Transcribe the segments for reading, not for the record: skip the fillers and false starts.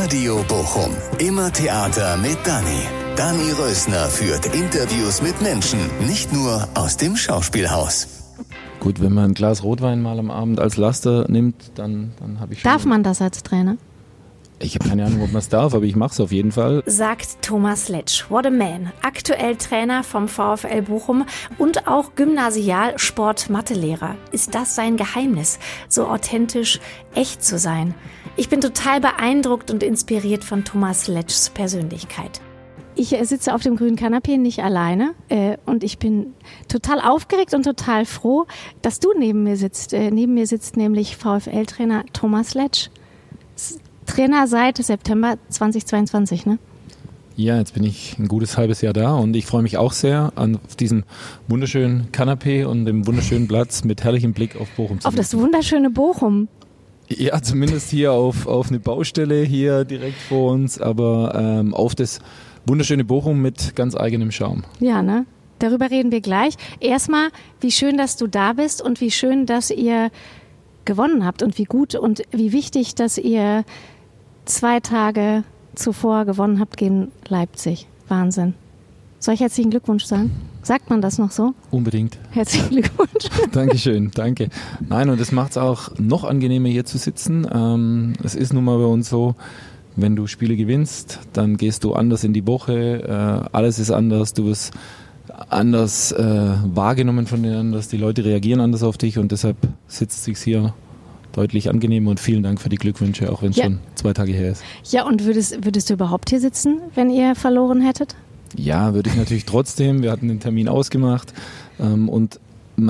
Radio Bochum. Immer Theater mit Dani. Dani Rösner führt Interviews mit Menschen, nicht nur aus dem Schauspielhaus. Gut, wenn man ein Glas Rotwein mal am Abend als Laster nimmt, dann habe ich schon... Darf man das als Trainer? Ich habe keine Ahnung, ob man es darf, aber ich mache es auf jeden Fall. Sagt Thomas Letsch. What a man. Aktuell Trainer vom VfL Bochum und auch Gymnasial-Sport-Mathelehrer. Ist das sein Geheimnis, so authentisch, echt zu sein? Ich bin total beeindruckt und inspiriert von Thomas Letschs Persönlichkeit. Ich sitze auf dem grünen Kanapee nicht alleine und ich bin total aufgeregt und total froh, dass du neben mir sitzt. Neben mir sitzt nämlich VfL-Trainer Thomas Letsch. Trainer seit September 2022, ne? Ja, jetzt bin ich ein gutes halbes Jahr da und ich freue mich auch sehr auf diesem wunderschönen Kanapee und dem wunderschönen Platz mit herrlichem Blick auf Bochum. Auf das wunderschöne Bochum. Ja, zumindest hier auf eine Baustelle hier direkt vor uns, aber auf das wunderschöne Bochum mit ganz eigenem Charme. Ja, ne? Darüber reden wir gleich. Erstmal, wie schön, dass du da bist und wie schön, dass ihr gewonnen habt und wie gut und wie wichtig, dass ihr 2 Tage zuvor gewonnen habt gegen Leipzig. Wahnsinn. Soll ich herzlichen Glückwunsch sagen? Sagt man das noch so? Unbedingt. Herzlichen Glückwunsch. Dankeschön, danke. Nein, und das macht es auch noch angenehmer, hier zu sitzen. Es ist nun mal bei uns so, wenn du Spiele gewinnst, dann gehst du anders in die Woche. Alles ist anders, du wirst anders wahrgenommen von den anderen, die Leute reagieren anders auf dich und deshalb sitzt es sich hier deutlich angenehmer und vielen Dank für die Glückwünsche, auch wenn es schon 2 Tage her ist. Ja, und würdest du überhaupt hier sitzen, wenn ihr verloren hättet? Ja, würde ich natürlich trotzdem. Wir hatten den Termin ausgemacht und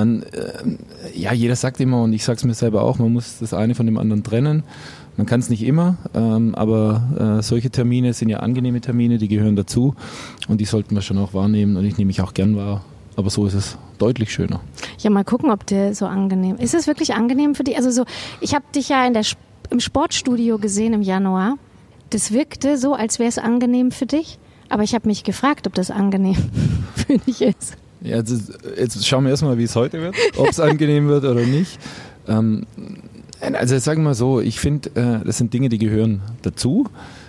jeder sagt immer, und ich sage es mir selber auch, man muss das eine von dem anderen trennen. Man kann es nicht immer, aber solche Termine sind ja angenehme Termine, die gehören dazu und die sollten wir schon auch wahrnehmen und ich nehme mich auch gern wahr. Aber so ist es deutlich schöner. Ja, mal gucken, ob der so angenehm ist. Es wirklich angenehm für dich? Also so, ich habe dich ja im Sportstudio gesehen im Januar. Das wirkte so, als wäre es angenehm für dich. Aber ich habe mich gefragt, ob das angenehm für dich ist. Ja, jetzt schauen wir erstmal, wie es heute wird, ob es angenehm wird oder nicht. Also jetzt sagen wir mal so, ich finde, das sind Dinge, die gehören dazu.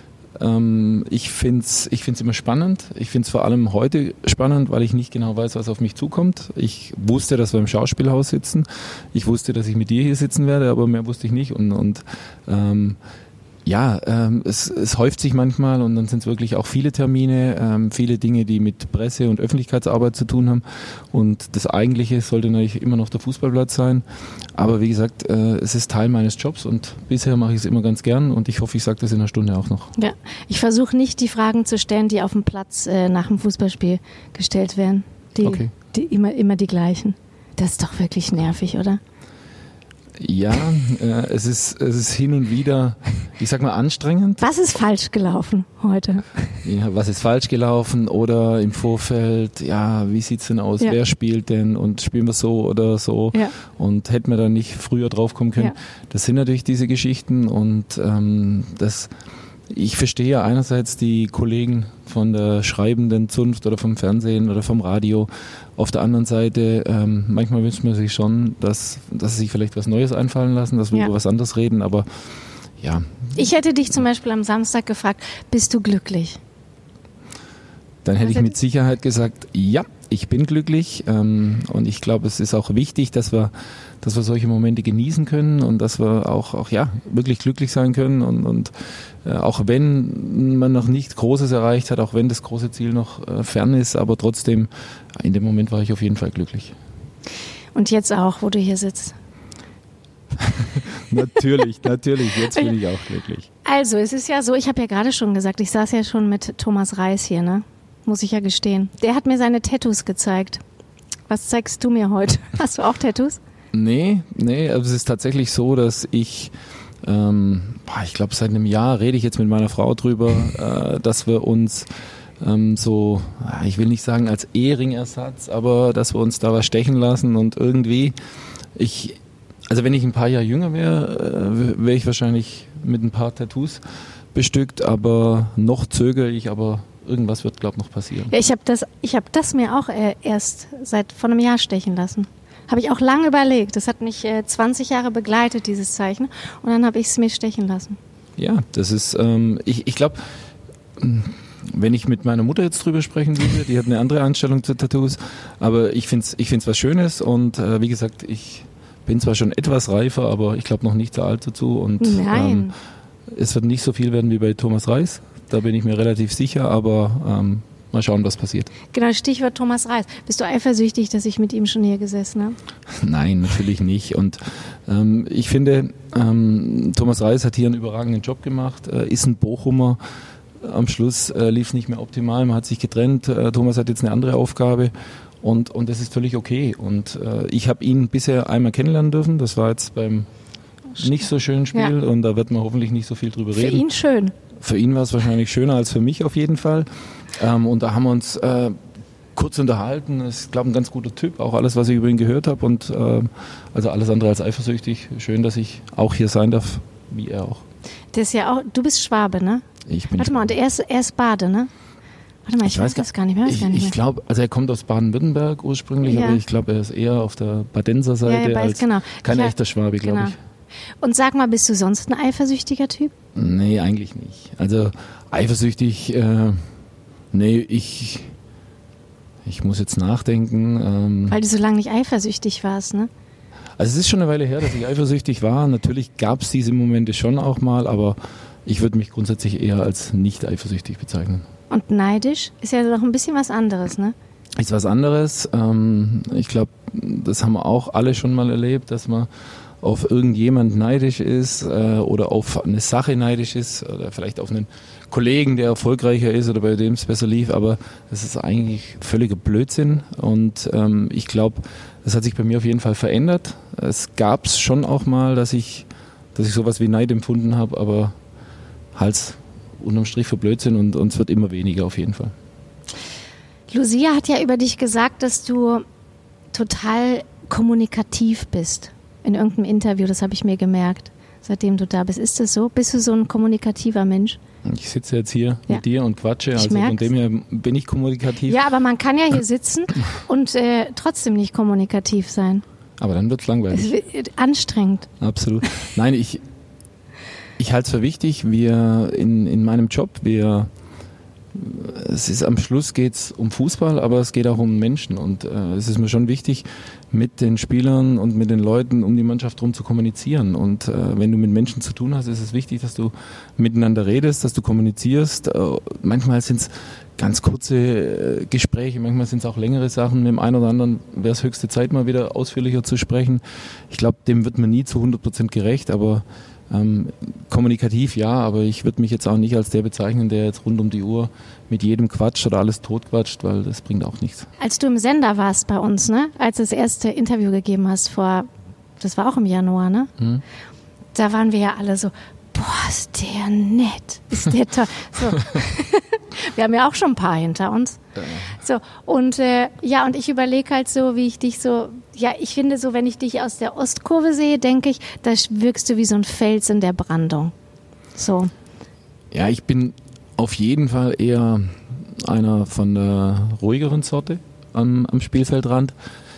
Ich finde es immer spannend. Ich finde es vor allem heute spannend, weil ich nicht genau weiß, was auf mich zukommt. Ich wusste, dass wir im Schauspielhaus sitzen. Ich wusste, dass ich mit dir hier sitzen werde, aber mehr wusste ich nicht. Es häuft sich manchmal und dann sind es wirklich auch viele Termine, viele Dinge, die mit Presse- und Öffentlichkeitsarbeit zu tun haben. Und das Eigentliche sollte natürlich immer noch der Fußballplatz sein. Aber wie gesagt, es ist Teil meines Jobs und bisher mache ich es immer ganz gern und ich hoffe, ich sage das in einer Stunde auch noch. Ja, ich versuche nicht die Fragen zu stellen, die auf dem Platz nach dem Fußballspiel gestellt werden. Die immer die gleichen. Das ist doch wirklich nervig, oder? Ja, es ist hin und wieder, ich sag mal, anstrengend. Was ist falsch gelaufen heute? Ja, was ist falsch gelaufen oder im Vorfeld, ja, wie sieht's denn aus, wer spielt denn und spielen wir so oder so und hätten wir da nicht früher drauf kommen können. Ja. Das sind natürlich diese Geschichten und ich verstehe ja einerseits die Kollegen von der schreibenden Zunft oder vom Fernsehen oder vom Radio. Auf der anderen Seite, manchmal wünscht man sich schon, dass sie sich vielleicht was Neues einfallen lassen, dass wir über was anderes reden, aber ja. Ich hätte dich zum Beispiel am Samstag gefragt, bist du glücklich? Dann hätte ich mit Sicherheit gesagt, ja, ich bin glücklich und ich glaube, es ist auch wichtig, dass wir solche Momente genießen können und dass wir auch wirklich glücklich sein können und auch wenn man noch nichts Großes erreicht hat, auch wenn das große Ziel noch fern ist, aber trotzdem, in dem Moment war ich auf jeden Fall glücklich. Und jetzt auch, wo du hier sitzt? Natürlich, jetzt bin ich auch glücklich. Also, es ist ja so, ich habe ja gerade schon gesagt, ich saß ja schon mit Thomas Reis hier, ne? Muss ich ja gestehen. Der hat mir seine Tattoos gezeigt. Was zeigst du mir heute? Hast du auch Tattoos? Nee, also es ist tatsächlich so, dass ich glaube, seit einem Jahr rede ich jetzt mit meiner Frau drüber, dass wir uns ich will nicht sagen als Eheringersatz, aber dass wir uns da was stechen lassen und irgendwie, wenn ich ein paar Jahre jünger wäre, wäre ich wahrscheinlich mit ein paar Tattoos bestückt, aber noch zögere ich, aber irgendwas wird, glaube ich, noch passieren. Ja, ich hab das mir auch erst vor einem Jahr stechen lassen. Habe ich auch lange überlegt. Das hat mich 20 Jahre begleitet, dieses Zeichen. Und dann habe ich es mir stechen lassen. Ja, das ist, ich glaube, wenn ich mit meiner Mutter jetzt drüber sprechen würde, die hat eine andere Einstellung zu Tattoos, aber ich find's was Schönes und wie gesagt, ich bin zwar schon etwas reifer, aber ich glaube noch nicht so alt dazu und es wird nicht so viel werden wie bei Thomas Reis, da bin ich mir relativ sicher, aber mal schauen, was passiert. Genau, Stichwort Thomas Reis. Bist du eifersüchtig, dass ich mit ihm schon hier gesessen habe? Nein, natürlich nicht. Und ich finde, Thomas Reis hat hier einen überragenden Job gemacht, ist ein Bochumer. Am Schluss lief es nicht mehr optimal, man hat sich getrennt. Thomas hat jetzt eine andere Aufgabe und das ist völlig okay. Und ich habe ihn bisher einmal kennenlernen dürfen. Das war jetzt beim nicht so schönen Spiel und da wird man hoffentlich nicht so viel drüber reden. Für ihn schön. Für ihn war es wahrscheinlich schöner als für mich auf jeden Fall. Und da haben wir uns kurz unterhalten. Ist, glaube ich, ein ganz guter Typ, auch alles, was ich über ihn gehört habe. Und also alles andere als eifersüchtig. Schön, dass ich auch hier sein darf, wie er auch. Das ist ja auch, du bist Schwabe, ne? Ich bin Warte mal, und er ist Bade, ne? Warte mal, ich weiß das gar nicht mehr. Ich glaube, also er kommt aus Baden-Württemberg ursprünglich, aber ich glaube, er ist eher auf der Badenser Seite als kein echter Schwabe, glaube ich. Und sag mal, bist du sonst ein eifersüchtiger Typ? Nee, eigentlich nicht. Also eifersüchtig, nee, ich muss jetzt nachdenken. Weil du so lange nicht eifersüchtig warst, ne? Also es ist schon eine Weile her, dass ich eifersüchtig war. Natürlich gab es diese Momente schon auch mal, aber ich würde mich grundsätzlich eher als nicht eifersüchtig bezeichnen. Und neidisch ist ja doch ein bisschen was anderes, ne? Ist was anderes. Ich glaube, das haben wir auch alle schon mal erlebt, dass man auf irgendjemand neidisch ist oder auf eine Sache neidisch ist oder vielleicht auf einen Kollegen, der erfolgreicher ist oder bei dem es besser lief, aber das ist eigentlich völliger Blödsinn und ich glaube, das hat sich bei mir auf jeden Fall verändert. Es gab es schon auch mal, dass ich sowas wie Neid empfunden habe, aber halt unterm Strich für Blödsinn und es wird immer weniger auf jeden Fall. Lucia hat ja über dich gesagt, dass du total kommunikativ bist. In irgendeinem Interview, das habe ich mir gemerkt, seitdem du da bist. Ist das so? Bist du so ein kommunikativer Mensch? Ich sitze jetzt hier mit dir und quatsche, also von dem her bin ich kommunikativ. Ja, aber man kann ja hier sitzen und trotzdem nicht kommunikativ sein. Aber dann wird es langweilig. Es wird anstrengend. Absolut. Nein, ich halte es für wichtig, wir in meinem Job, am Schluss geht es um Fußball, aber es geht auch um Menschen und es ist mir schon wichtig, mit den Spielern und mit den Leuten um die Mannschaft herum zu kommunizieren und wenn du mit Menschen zu tun hast, ist es wichtig, dass du miteinander redest, dass du kommunizierst. Manchmal sind es ganz kurze Gespräche, manchmal sind es auch längere Sachen. Mit dem einen oder anderen wäre es höchste Zeit, mal wieder ausführlicher zu sprechen. Ich glaube, dem wird man nie zu 100% gerecht, aber kommunikativ ja, aber ich würde mich jetzt auch nicht als der bezeichnen, der jetzt rund um die Uhr mit jedem quatscht oder alles totquatscht, weil das bringt auch nichts. Als du im Sender warst bei uns, ne, als du das erste Interview gegeben hast das war auch im Januar, ne? Da waren wir ja alle so, boah, ist der nett, ist der toll. So. Wir haben ja auch schon ein paar hinter uns. So, und und ich überlege halt so, wie ich dich so, ich finde so, wenn ich dich aus der Ostkurve sehe, denke ich, da wirkst du wie so ein Fels in der Brandung. So. Ja, ich bin auf jeden Fall eher einer von der ruhigeren Sorte am Spielfeldrand.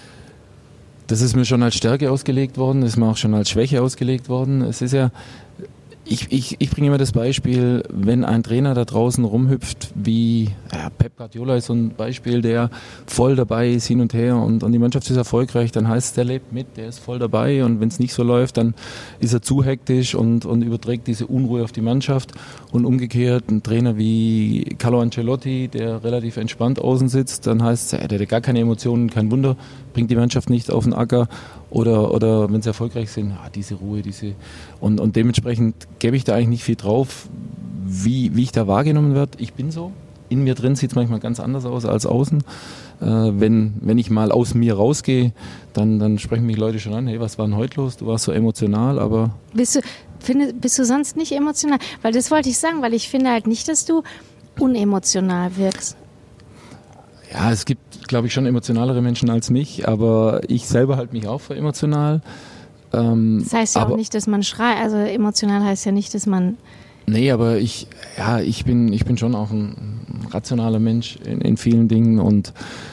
Das ist mir schon als Stärke ausgelegt worden, ist mir auch schon als Schwäche ausgelegt worden. Es ist ja, ich bringe immer das Beispiel, wenn ein Trainer da draußen rumhüpft, wie Pep Guardiola ist so ein Beispiel, der voll dabei ist hin und her und die Mannschaft ist erfolgreich, dann heißt es, der lebt mit, der ist voll dabei und wenn es nicht so läuft, dann ist er zu hektisch und überträgt diese Unruhe auf die Mannschaft und umgekehrt ein Trainer wie Carlo Ancelotti, der relativ entspannt außen sitzt, dann heißt es, der hat gar keine Emotionen, kein Wunder, bringt die Mannschaft nicht auf den Acker oder wenn sie erfolgreich sind, diese Ruhe, und dementsprechend gebe ich da eigentlich nicht viel drauf, wie ich da wahrgenommen werde. Ich bin so. In mir drin sieht es manchmal ganz anders aus als außen. Wenn ich mal aus mir rausgehe, dann sprechen mich Leute schon an, hey, was war denn heute los? Du warst so emotional, aber... Bist du sonst nicht emotional? Weil das wollte ich sagen, weil ich finde halt nicht, dass du unemotional wirkst. Ja, es gibt, glaube ich, schon emotionalere Menschen als mich, aber ich selber halte mich auch für emotional. Das heißt ja auch nicht, dass man schreit, also emotional heißt ja nicht, dass man... Nee, aber ich bin schon auch ein rationaler Mensch in vielen Dingen und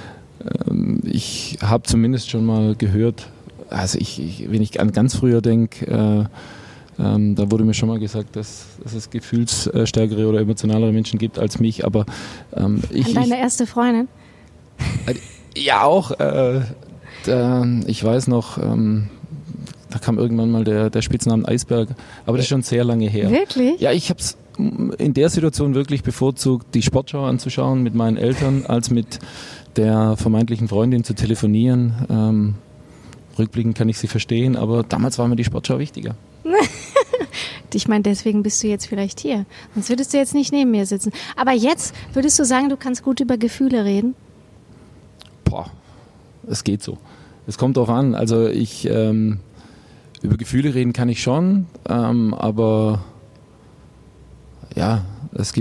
ich habe zumindest schon mal gehört, also wenn ich an ganz früher denke, Da wurde mir schon mal gesagt, dass es gefühlsstärkere oder emotionalere Menschen gibt als mich, aber deine erste Freundin? Ja, auch. Ich weiß noch, da kam irgendwann mal der Spitznamen Eisberg, aber das ist schon sehr lange her. Wirklich? Ja, ich habe es in der Situation wirklich bevorzugt, die Sportschau anzuschauen mit meinen Eltern, als mit der vermeintlichen Freundin zu telefonieren. Rückblickend kann ich sie verstehen, aber damals war mir die Sportschau wichtiger. Ich meine, deswegen bist du jetzt vielleicht hier. Sonst würdest du jetzt nicht neben mir sitzen. Aber jetzt würdest du sagen, du kannst gut über Gefühle reden? Es geht so. Es kommt drauf an. Also über Gefühle reden kann ich schon, aber ja, es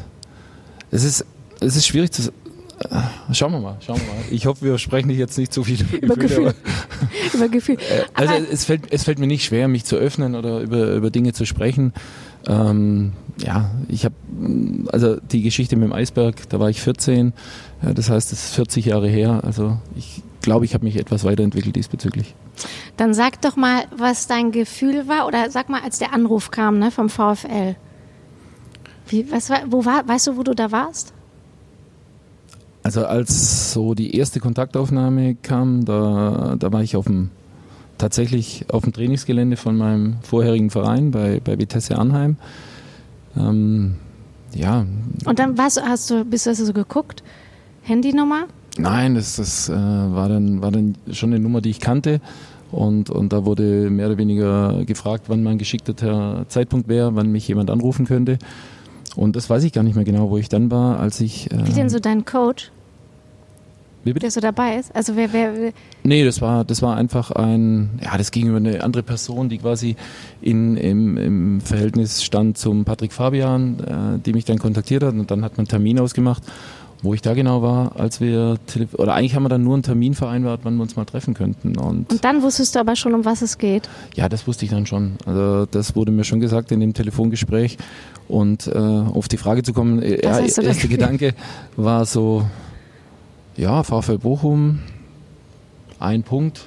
ist schwierig zu. Schauen wir mal. Ich hoffe, wir sprechen jetzt nicht zu viel über Gefühle. Über Gefühl. Also es fällt mir nicht schwer, mich zu öffnen oder über Dinge zu sprechen. Ich habe also die Geschichte mit dem Eisberg, da war ich 14. Das heißt, es ist 40 Jahre her. Also ich glaube, ich habe mich etwas weiterentwickelt diesbezüglich. Dann sag doch mal, was dein Gefühl war, oder sag mal, als der Anruf kam, ne, vom VfL. Weißt du, wo du da warst? Also als so die erste Kontaktaufnahme kam, da war ich tatsächlich auf dem Trainingsgelände von meinem vorherigen Verein bei Vitesse Arnheim. Und dann bist du so geguckt? Handynummer? Nein, das war dann schon eine Nummer, die ich kannte. Und da wurde mehr oder weniger gefragt, wann mein geschickter Zeitpunkt wäre, wann mich jemand anrufen könnte. Und das weiß ich gar nicht mehr genau, wo ich dann war, als ich... Wie denn so dein Coach? Der so dabei ist? Also wer? Nee, das war einfach das ging über eine andere Person, die quasi im Verhältnis stand zum Patrick Fabian, die mich dann kontaktiert hat, und dann hat man einen Termin ausgemacht, wo ich da genau war, als wir eigentlich haben wir dann nur einen Termin vereinbart, wann wir uns mal treffen könnten. Und dann wusstest du aber schon, um was es geht? Ja, das wusste ich dann schon. Also das wurde mir schon gesagt in dem Telefongespräch. Und auf die Frage zu kommen, erster Gedanke war so, ja, VfL Bochum, 1 Punkt.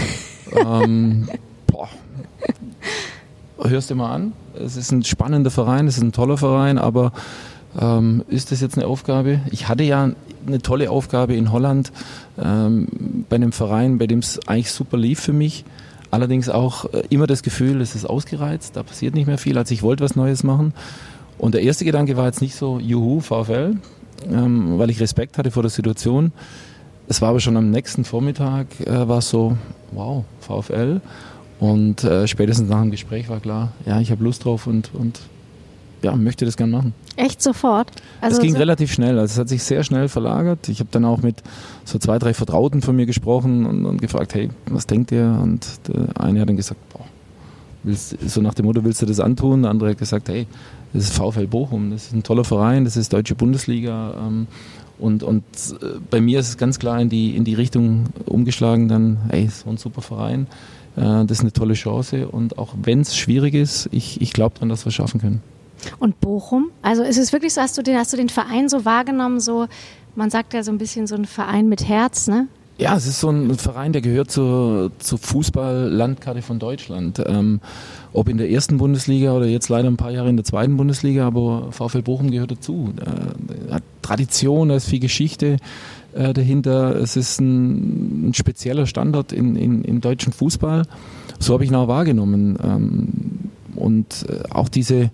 Hörst du mal an, es ist ein spannender Verein, es ist ein toller Verein, aber ist das jetzt eine Aufgabe? Ich hatte ja eine tolle Aufgabe in Holland bei einem Verein, bei dem es eigentlich super lief für mich. Allerdings auch immer das Gefühl, es ist ausgereizt, da passiert nicht mehr viel. Also ich wollte was Neues machen. Und der erste Gedanke war jetzt nicht so, juhu, VfL, weil ich Respekt hatte vor der Situation. Es war aber schon am nächsten Vormittag, war es so, wow, VfL. Und spätestens nach dem Gespräch war klar, ja, ich habe Lust drauf und möchte das gern machen. Echt sofort? Also es ging relativ schnell, also es hat sich sehr schnell verlagert. Ich habe dann auch mit so 2, 3 Vertrauten von mir gesprochen und gefragt, hey, was denkt ihr? Und der eine hat dann gesagt, so nach dem Motto, willst du das antun? Der andere hat gesagt, hey, das ist VfL Bochum, das ist ein toller Verein, das ist deutsche Bundesliga. Und bei mir ist es ganz klar in die Richtung umgeschlagen, dann, hey, so ein super Verein, das ist eine tolle Chance. Und auch wenn es schwierig ist, ich glaube daran, dass wir es schaffen können. Und Bochum? Also ist es wirklich so, hast du den Verein so wahrgenommen, so, man sagt ja so ein bisschen so ein Verein mit Herz, ne? Ja, es ist so ein Verein, der gehört zur Fußball-Landkarte von Deutschland. Ob in der ersten Bundesliga oder jetzt leider ein paar Jahre in der zweiten Bundesliga, aber VfL Bochum gehört dazu. Hat Tradition, da ist viel Geschichte dahinter. Es ist ein spezieller Standort im deutschen Fußball. So habe ich ihn auch wahrgenommen. Und auch diese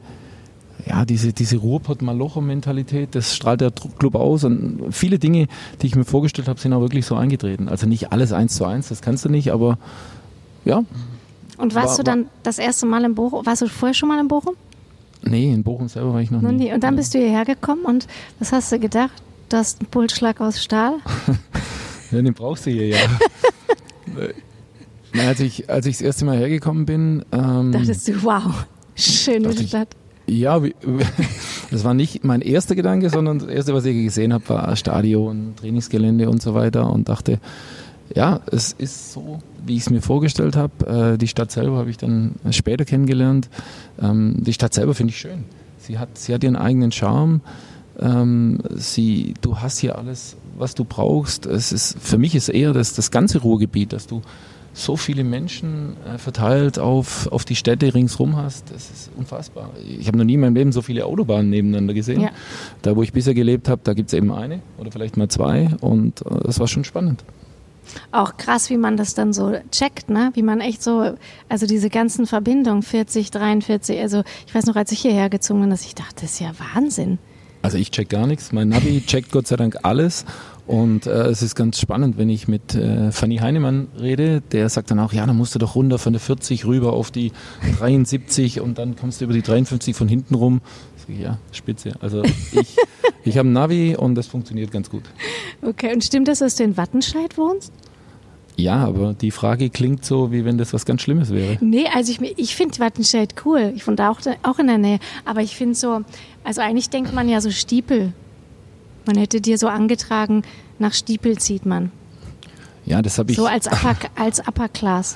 Ruhrpott-Malocho-Mentalität, das strahlt der Club aus, und viele Dinge, die ich mir vorgestellt habe, sind auch wirklich so eingetreten. Also nicht alles 1:1, das kannst du nicht, aber ja. Und warst du dann das erste Mal in Bochum? Warst du vorher schon mal in Bochum? Nee, in Bochum selber war ich noch nie. Und dann bist du hierher gekommen, und was hast du gedacht? Du hast einen Pulsschlag aus Stahl? Ja, den brauchst du hier, ja. Als ich das erste Mal hergekommen bin... dachtest du, wow, schöne Stadt. Ja, das war nicht mein erster Gedanke, sondern das erste, was ich gesehen habe, war Stadion, Trainingsgelände und so weiter, und dachte, ja, es ist so, wie ich es mir vorgestellt habe. Die Stadt selber habe ich dann später kennengelernt. Die Stadt selber finde ich schön. Sie hat ihren eigenen Charme. Du hast hier alles, was du brauchst. Für mich ist eher das ganze Ruhrgebiet, dass du so viele Menschen verteilt auf die Städte ringsrum hast, das ist unfassbar. Ich habe noch nie in meinem Leben so viele Autobahnen nebeneinander gesehen. Ja. Da, wo ich bisher gelebt habe, da gibt es eben eine oder vielleicht mal zwei und das war schon spannend. Auch krass, wie man das dann so checkt, ne? Wie man echt so, also diese ganzen Verbindungen, 40, 43, also ich weiß noch, als ich hierher gezogen bin, dass ich dachte, das ist ja Wahnsinn. Also ich check gar nichts, mein Navi checkt Gott sei Dank alles und es ist ganz spannend, wenn ich mit Fanny Heinemann rede, der sagt dann auch, ja, dann musst du doch runter von der 40 rüber auf die 73 und dann kommst du über die 53 von hinten rum. Ja, spitze. Also ich habe ein Navi und das funktioniert ganz gut. Okay, und stimmt das, dass du in Wattenscheid wohnst? Ja, aber die Frage klingt so, wie wenn das was ganz Schlimmes wäre. Nee, also ich finde Wattenscheid cool. Ich wohne da auch in der Nähe. Aber ich finde so, also eigentlich denkt man ja so Stiepel. Man hätte dir so angetragen, nach Stiepel zieht man. Ja, das habe ich. So als Upper Class.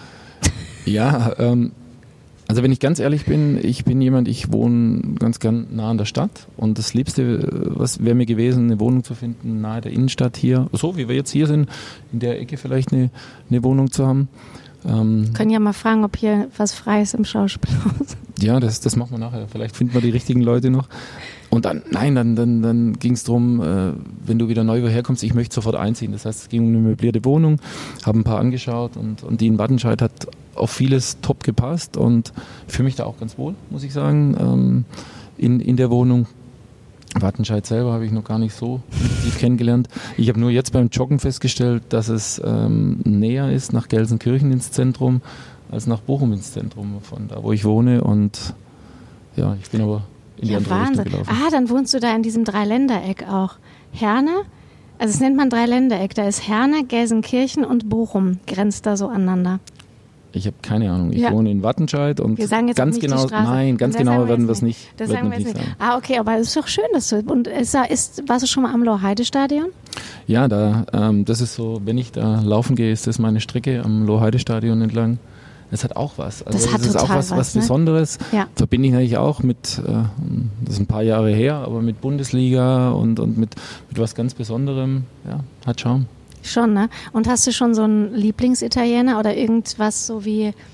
Ja, also wenn ich ganz ehrlich bin, ich wohne ganz gern nah an der Stadt und das Liebste, was wäre mir gewesen, eine Wohnung zu finden nahe der Innenstadt hier, so wie wir jetzt hier sind, in der Ecke vielleicht eine Wohnung zu haben. Können ja mal fragen, ob hier was frei ist im Schauspielhaus. Ja, das machen wir nachher. Vielleicht finden wir die richtigen Leute noch. Und dann ging es darum, wenn du wieder neu herkommst, ich möchte sofort einziehen. Das heißt, es ging um eine möblierte Wohnung, habe ein paar angeschaut und die in Wattenscheid hat auf vieles top gepasst und ich fühle mich da auch ganz wohl, muss ich sagen, in der Wohnung. Wattenscheid selber habe ich noch gar nicht so intensiv kennengelernt. Ich habe nur jetzt beim Joggen festgestellt, dass es näher ist nach Gelsenkirchen ins Zentrum als nach Bochum ins Zentrum, von da, wo ich wohne. Und ja, ich bin aber in die andere Richtung gelaufen. Ah, dann wohnst du da in diesem Dreiländereck auch. Herne, also es nennt man Dreiländereck, da ist Herne, Gelsenkirchen und Bochum, grenzt da so aneinander. Ich habe keine Ahnung. Ich wohne in Wattenscheid und wir sagen jetzt ganz nicht genau, die Straße. nein, ganz genau werden wir es nicht. Das sagen wir jetzt nicht. Ah, okay, aber es ist doch schön, dass du. Und warst du schon mal am Loheide-Stadion? Ja, das ist so, wenn ich da laufen gehe, ist das meine Strecke am Loheide-Stadion entlang. Es hat auch was. Also das ist auch was Besonderes. Ja. Verbinde ich natürlich auch mit, das ist ein paar Jahre her, aber mit Bundesliga und mit was ganz Besonderem. Ja, hat Charme. Schon, ne? Und hast du schon so einen Lieblingsitaliener oder irgendwas so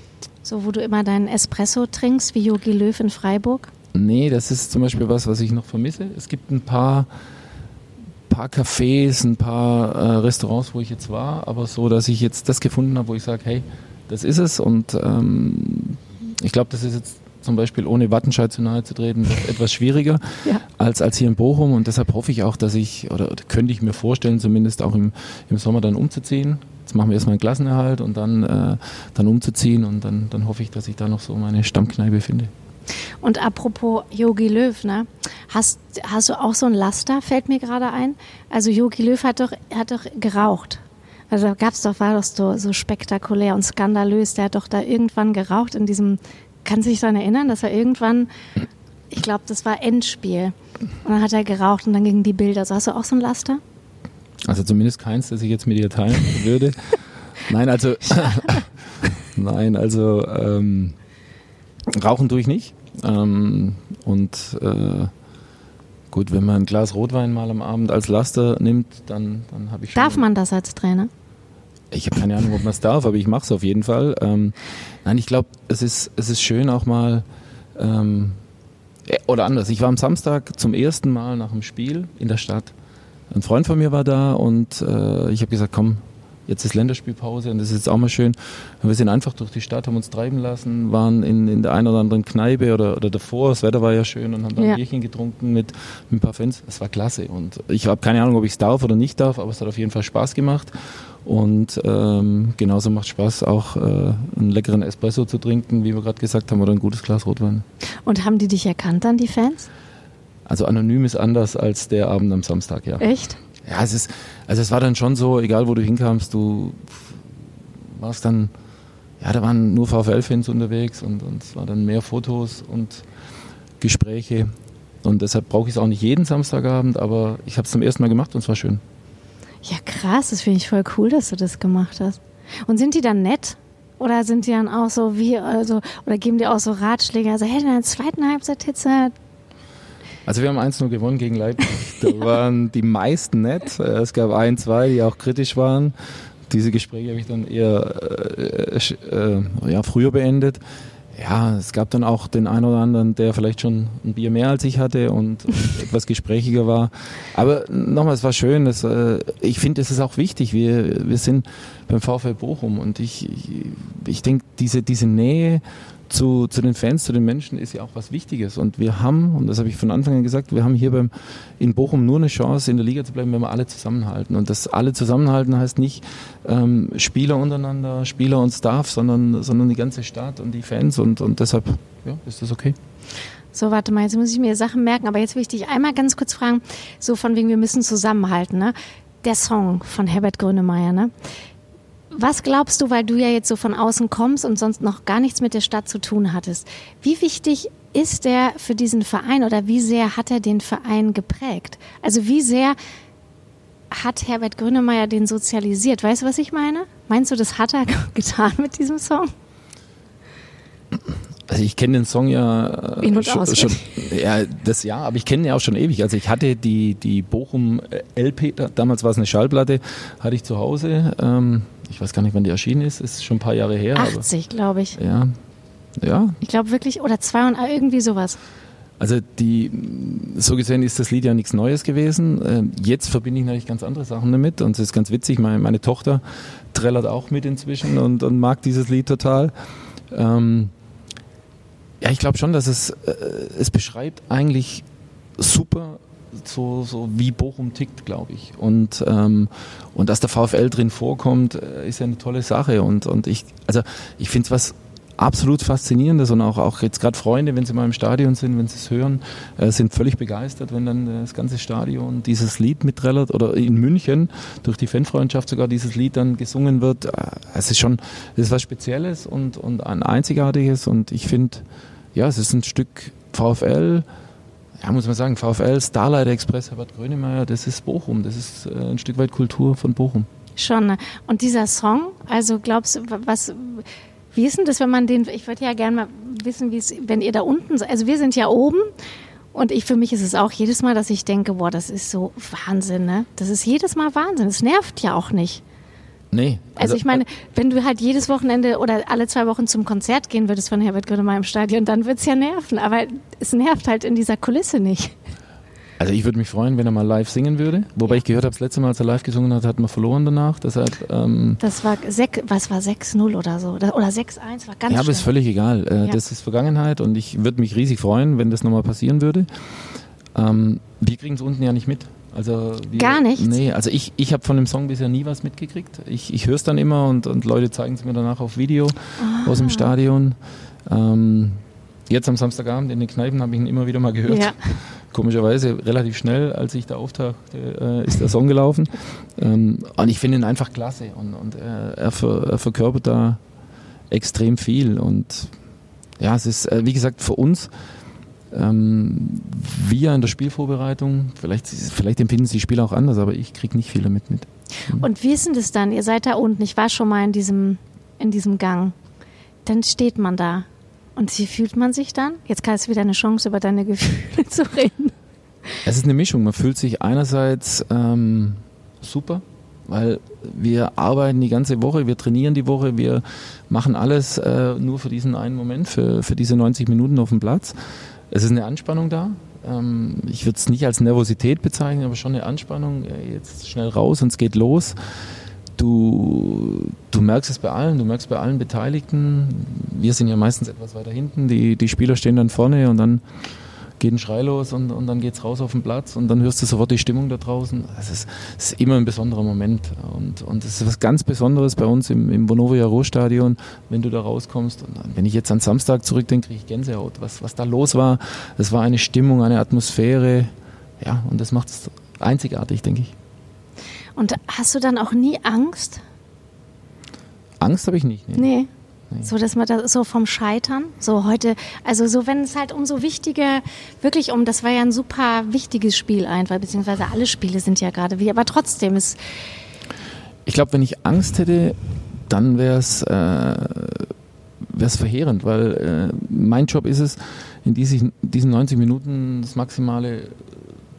wo du immer deinen Espresso trinkst, wie Jogi Löw in Freiburg? Nee, das ist zum Beispiel was ich noch vermisse. Es gibt ein paar Cafés, ein paar Restaurants, wo ich jetzt war, aber so, dass ich jetzt das gefunden habe, wo ich sage, hey, das ist es und ich glaube, das ist jetzt zum Beispiel ohne Wattenscheid zu nahe zu treten, etwas schwieriger als hier in Bochum und deshalb hoffe ich auch, dass oder könnte ich mir vorstellen, zumindest auch im Sommer dann umzuziehen. Jetzt machen wir erstmal einen Klassenerhalt und dann umzuziehen und dann hoffe ich, dass ich da noch so meine Stammkneipe finde. Und apropos Jogi Löw, ne? Hast du auch so ein Laster, fällt mir gerade ein? Also Jogi Löw hat doch geraucht. Also war doch so spektakulär und skandalös. Der hat doch da irgendwann geraucht in diesem. Kannst du dich daran erinnern, dass er irgendwann, ich glaube, das war Endspiel, und dann hat er geraucht und dann gingen die Bilder. Also hast du auch so ein Laster? Also zumindest keins, das ich jetzt mit dir teilen würde. Rauchen tue ich nicht. Gut, wenn man ein Glas Rotwein mal am Abend als Laster nimmt, dann habe ich schon... Darf man das als Trainer? Ich habe keine Ahnung, ob man es darf, aber ich mache es auf jeden Fall. Nein, ich glaube, es ist schön auch mal, oder anders, ich war am Samstag zum ersten Mal nach dem Spiel in der Stadt. Ein Freund von mir war da und ich habe gesagt, komm, jetzt ist Länderspielpause und das ist jetzt auch mal schön. Und wir sind einfach durch die Stadt, haben uns treiben lassen, waren in der einen oder anderen Kneipe oder davor, das Wetter war ja schön und haben dann ein Bierchen getrunken mit ein paar Fans. Das war klasse und ich habe keine Ahnung, ob ich es darf oder nicht darf, aber es hat auf jeden Fall Spaß gemacht. Und genauso macht Spaß, auch einen leckeren Espresso zu trinken, wie wir gerade gesagt haben, oder ein gutes Glas Rotwein. Und haben die dich erkannt dann, die Fans? Also anonym ist anders als der Abend am Samstag, ja. Echt? Ja, es war dann schon so, egal wo du hinkamst, du warst dann, ja, da waren nur VfL-Fans unterwegs und es waren dann mehr Fotos und Gespräche. Und deshalb brauche ich es auch nicht jeden Samstagabend, aber ich habe es zum ersten Mal gemacht und es war schön. Ja, krass, das finde ich voll cool, dass du das gemacht hast. Und sind die dann nett? Oder sind die dann auch so oder geben die auch so Ratschläge? Also, hey, in der zweiten Halbzeit jetzt. Also wir haben 1-0 gewonnen gegen Leipzig. Da waren die meisten nett. Es gab 1, 2, die auch kritisch waren. diese Gespräche habe ich dann eher früher beendet. Ja, es gab dann auch den einen oder anderen, der vielleicht schon ein Bier mehr als ich hatte und etwas gesprächiger war. Aber nochmal, es war schön. Ich finde, es ist auch wichtig. Wir sind beim VfL Bochum und ich denke, diese Nähe zu den Fans, zu den Menschen ist ja auch was Wichtiges. Und wir haben, und das habe ich von Anfang an gesagt, wir haben hier in Bochum nur eine Chance, in der Liga zu bleiben, wenn wir alle zusammenhalten. Und das alle zusammenhalten heißt nicht Spieler untereinander, Spieler und Staff, sondern die ganze Stadt und die Fans. Und deshalb ist das okay. So, warte mal, jetzt muss ich mir Sachen merken, aber jetzt will ich dich einmal ganz kurz fragen, so von wegen, wir müssen zusammenhalten, ne? Der Song von Herbert Grönemeyer, ne? Was glaubst du, weil du ja jetzt so von außen kommst und sonst noch gar nichts mit der Stadt zu tun hattest, wie wichtig ist der für diesen Verein oder wie sehr hat er den Verein geprägt? Also wie sehr hat Herbert Grönemeyer den sozialisiert? Weißt du, was ich meine? Meinst du, das hat er getan mit diesem Song? Also ich kenne den Song ja schon, aber ich kenne ihn ja auch schon ewig. Also ich hatte die Bochum LP, damals war es eine Schallplatte, hatte ich zu Hause. Ich weiß gar nicht, wann die erschienen ist schon ein paar Jahre her. 80, glaube ich. Ja. Ich glaube wirklich, oder 200, irgendwie sowas. Also so gesehen ist das Lied ja nichts Neues gewesen. Jetzt verbinde ich natürlich ganz andere Sachen damit und es ist ganz witzig, meine Tochter trällert auch mit inzwischen und mag dieses Lied total. Ja, ich glaube schon, dass es beschreibt eigentlich super so wie Bochum tickt, glaube ich. Und dass der VfL drin vorkommt, ist ja eine tolle Sache. Und ich finde es was absolut Faszinierendes und auch jetzt gerade Freunde, wenn sie mal im Stadion sind, wenn sie es hören, sind völlig begeistert, wenn dann das ganze Stadion dieses Lied mitträllert oder in München durch die Fanfreundschaft sogar dieses Lied dann gesungen wird. Es ist was Spezielles und ein Einzigartiges und ich finde, ja, es ist ein Stück VfL, ja, muss man sagen, VfL, Starlight Express, Herbert Grönemeyer, das ist Bochum, das ist ein Stück weit Kultur von Bochum. Schon, ne? Und dieser Song, also glaubst du, wie ist denn das, wenn man ich würde ja gerne mal wissen, wie es, wenn ihr da unten, also wir sind ja oben und für mich ist es auch jedes Mal, dass ich denke, boah, das ist so Wahnsinn, ne? Das ist jedes Mal Wahnsinn, es nervt ja auch nicht. Nee. Also ich meine, wenn du halt jedes Wochenende oder alle 2 Wochen zum Konzert gehen würdest von Herbert Grönemeyer im Stadion, dann würde es ja nerven, aber es nervt halt in dieser Kulisse nicht. Also ich würde mich freuen, wenn er mal live singen würde. Wobei ich gehört habe, das letzte Mal, als er live gesungen hat, hat man verloren danach. Deshalb, das war 6-0 oder so. Oder 6-1, war ganz schön. Ja, aber ist völlig egal. Das ist Vergangenheit und ich würde mich riesig freuen, wenn das nochmal passieren würde. Wir kriegen es unten ja nicht mit. Also gar nichts? Nee, also ich habe von dem Song bisher nie was mitgekriegt. Ich höre es dann immer und Leute zeigen es mir danach auf Video aus dem Stadion. Jetzt am Samstagabend in den Kneipen habe ich ihn immer wieder mal gehört. Ja. Komischerweise relativ schnell, als ich da auftauchte, ist der Song gelaufen. Und ich finde ihn einfach klasse und er verkörpert da extrem viel. Und ja, es ist, wie gesagt, für uns, wir in der Spielvorbereitung, vielleicht empfinden es die Spieler auch anders, aber ich kriege nicht viel damit mit. Und wie ist denn das dann? Ihr seid da unten, ich war schon mal in diesem Gang. Dann steht man da. Und wie fühlt man sich dann? Jetzt hast du wieder eine Chance, über deine Gefühle zu reden. Es ist eine Mischung. Man fühlt sich einerseits super, weil wir arbeiten die ganze Woche, wir trainieren die Woche, wir machen alles nur für diesen einen Moment, für diese 90 Minuten auf dem Platz. Es ist eine Anspannung da. Ich würde es nicht als Nervosität bezeichnen, aber schon eine Anspannung. Jetzt schnell raus und es geht los. Du merkst es bei allen Beteiligten. Wir sind ja meistens etwas weiter hinten, die Spieler stehen dann vorne und dann geht ein Schrei los und dann geht's raus auf den Platz und dann hörst du sofort die Stimmung da draußen. Es ist immer ein besonderer Moment und es ist was ganz Besonderes bei uns im Vonovia Ruhrstadion, wenn du da rauskommst. Und wenn ich jetzt an Samstag zurückdenke, kriege ich Gänsehaut. Was da los war, das war eine Stimmung, eine Atmosphäre, ja, und das macht es einzigartig, denke ich. Und hast du dann auch nie Angst? Angst habe ich nicht. Nee. So, dass man da so vom Scheitern, so heute, also so, wenn es halt um so wichtige, wirklich das war ja ein super wichtiges Spiel einfach, beziehungsweise alle Spiele sind ja gerade wie, aber trotzdem ist. Ich glaube, wenn ich Angst hätte, dann wäre es verheerend, weil mein Job ist es, in diesen 90 Minuten das Maximale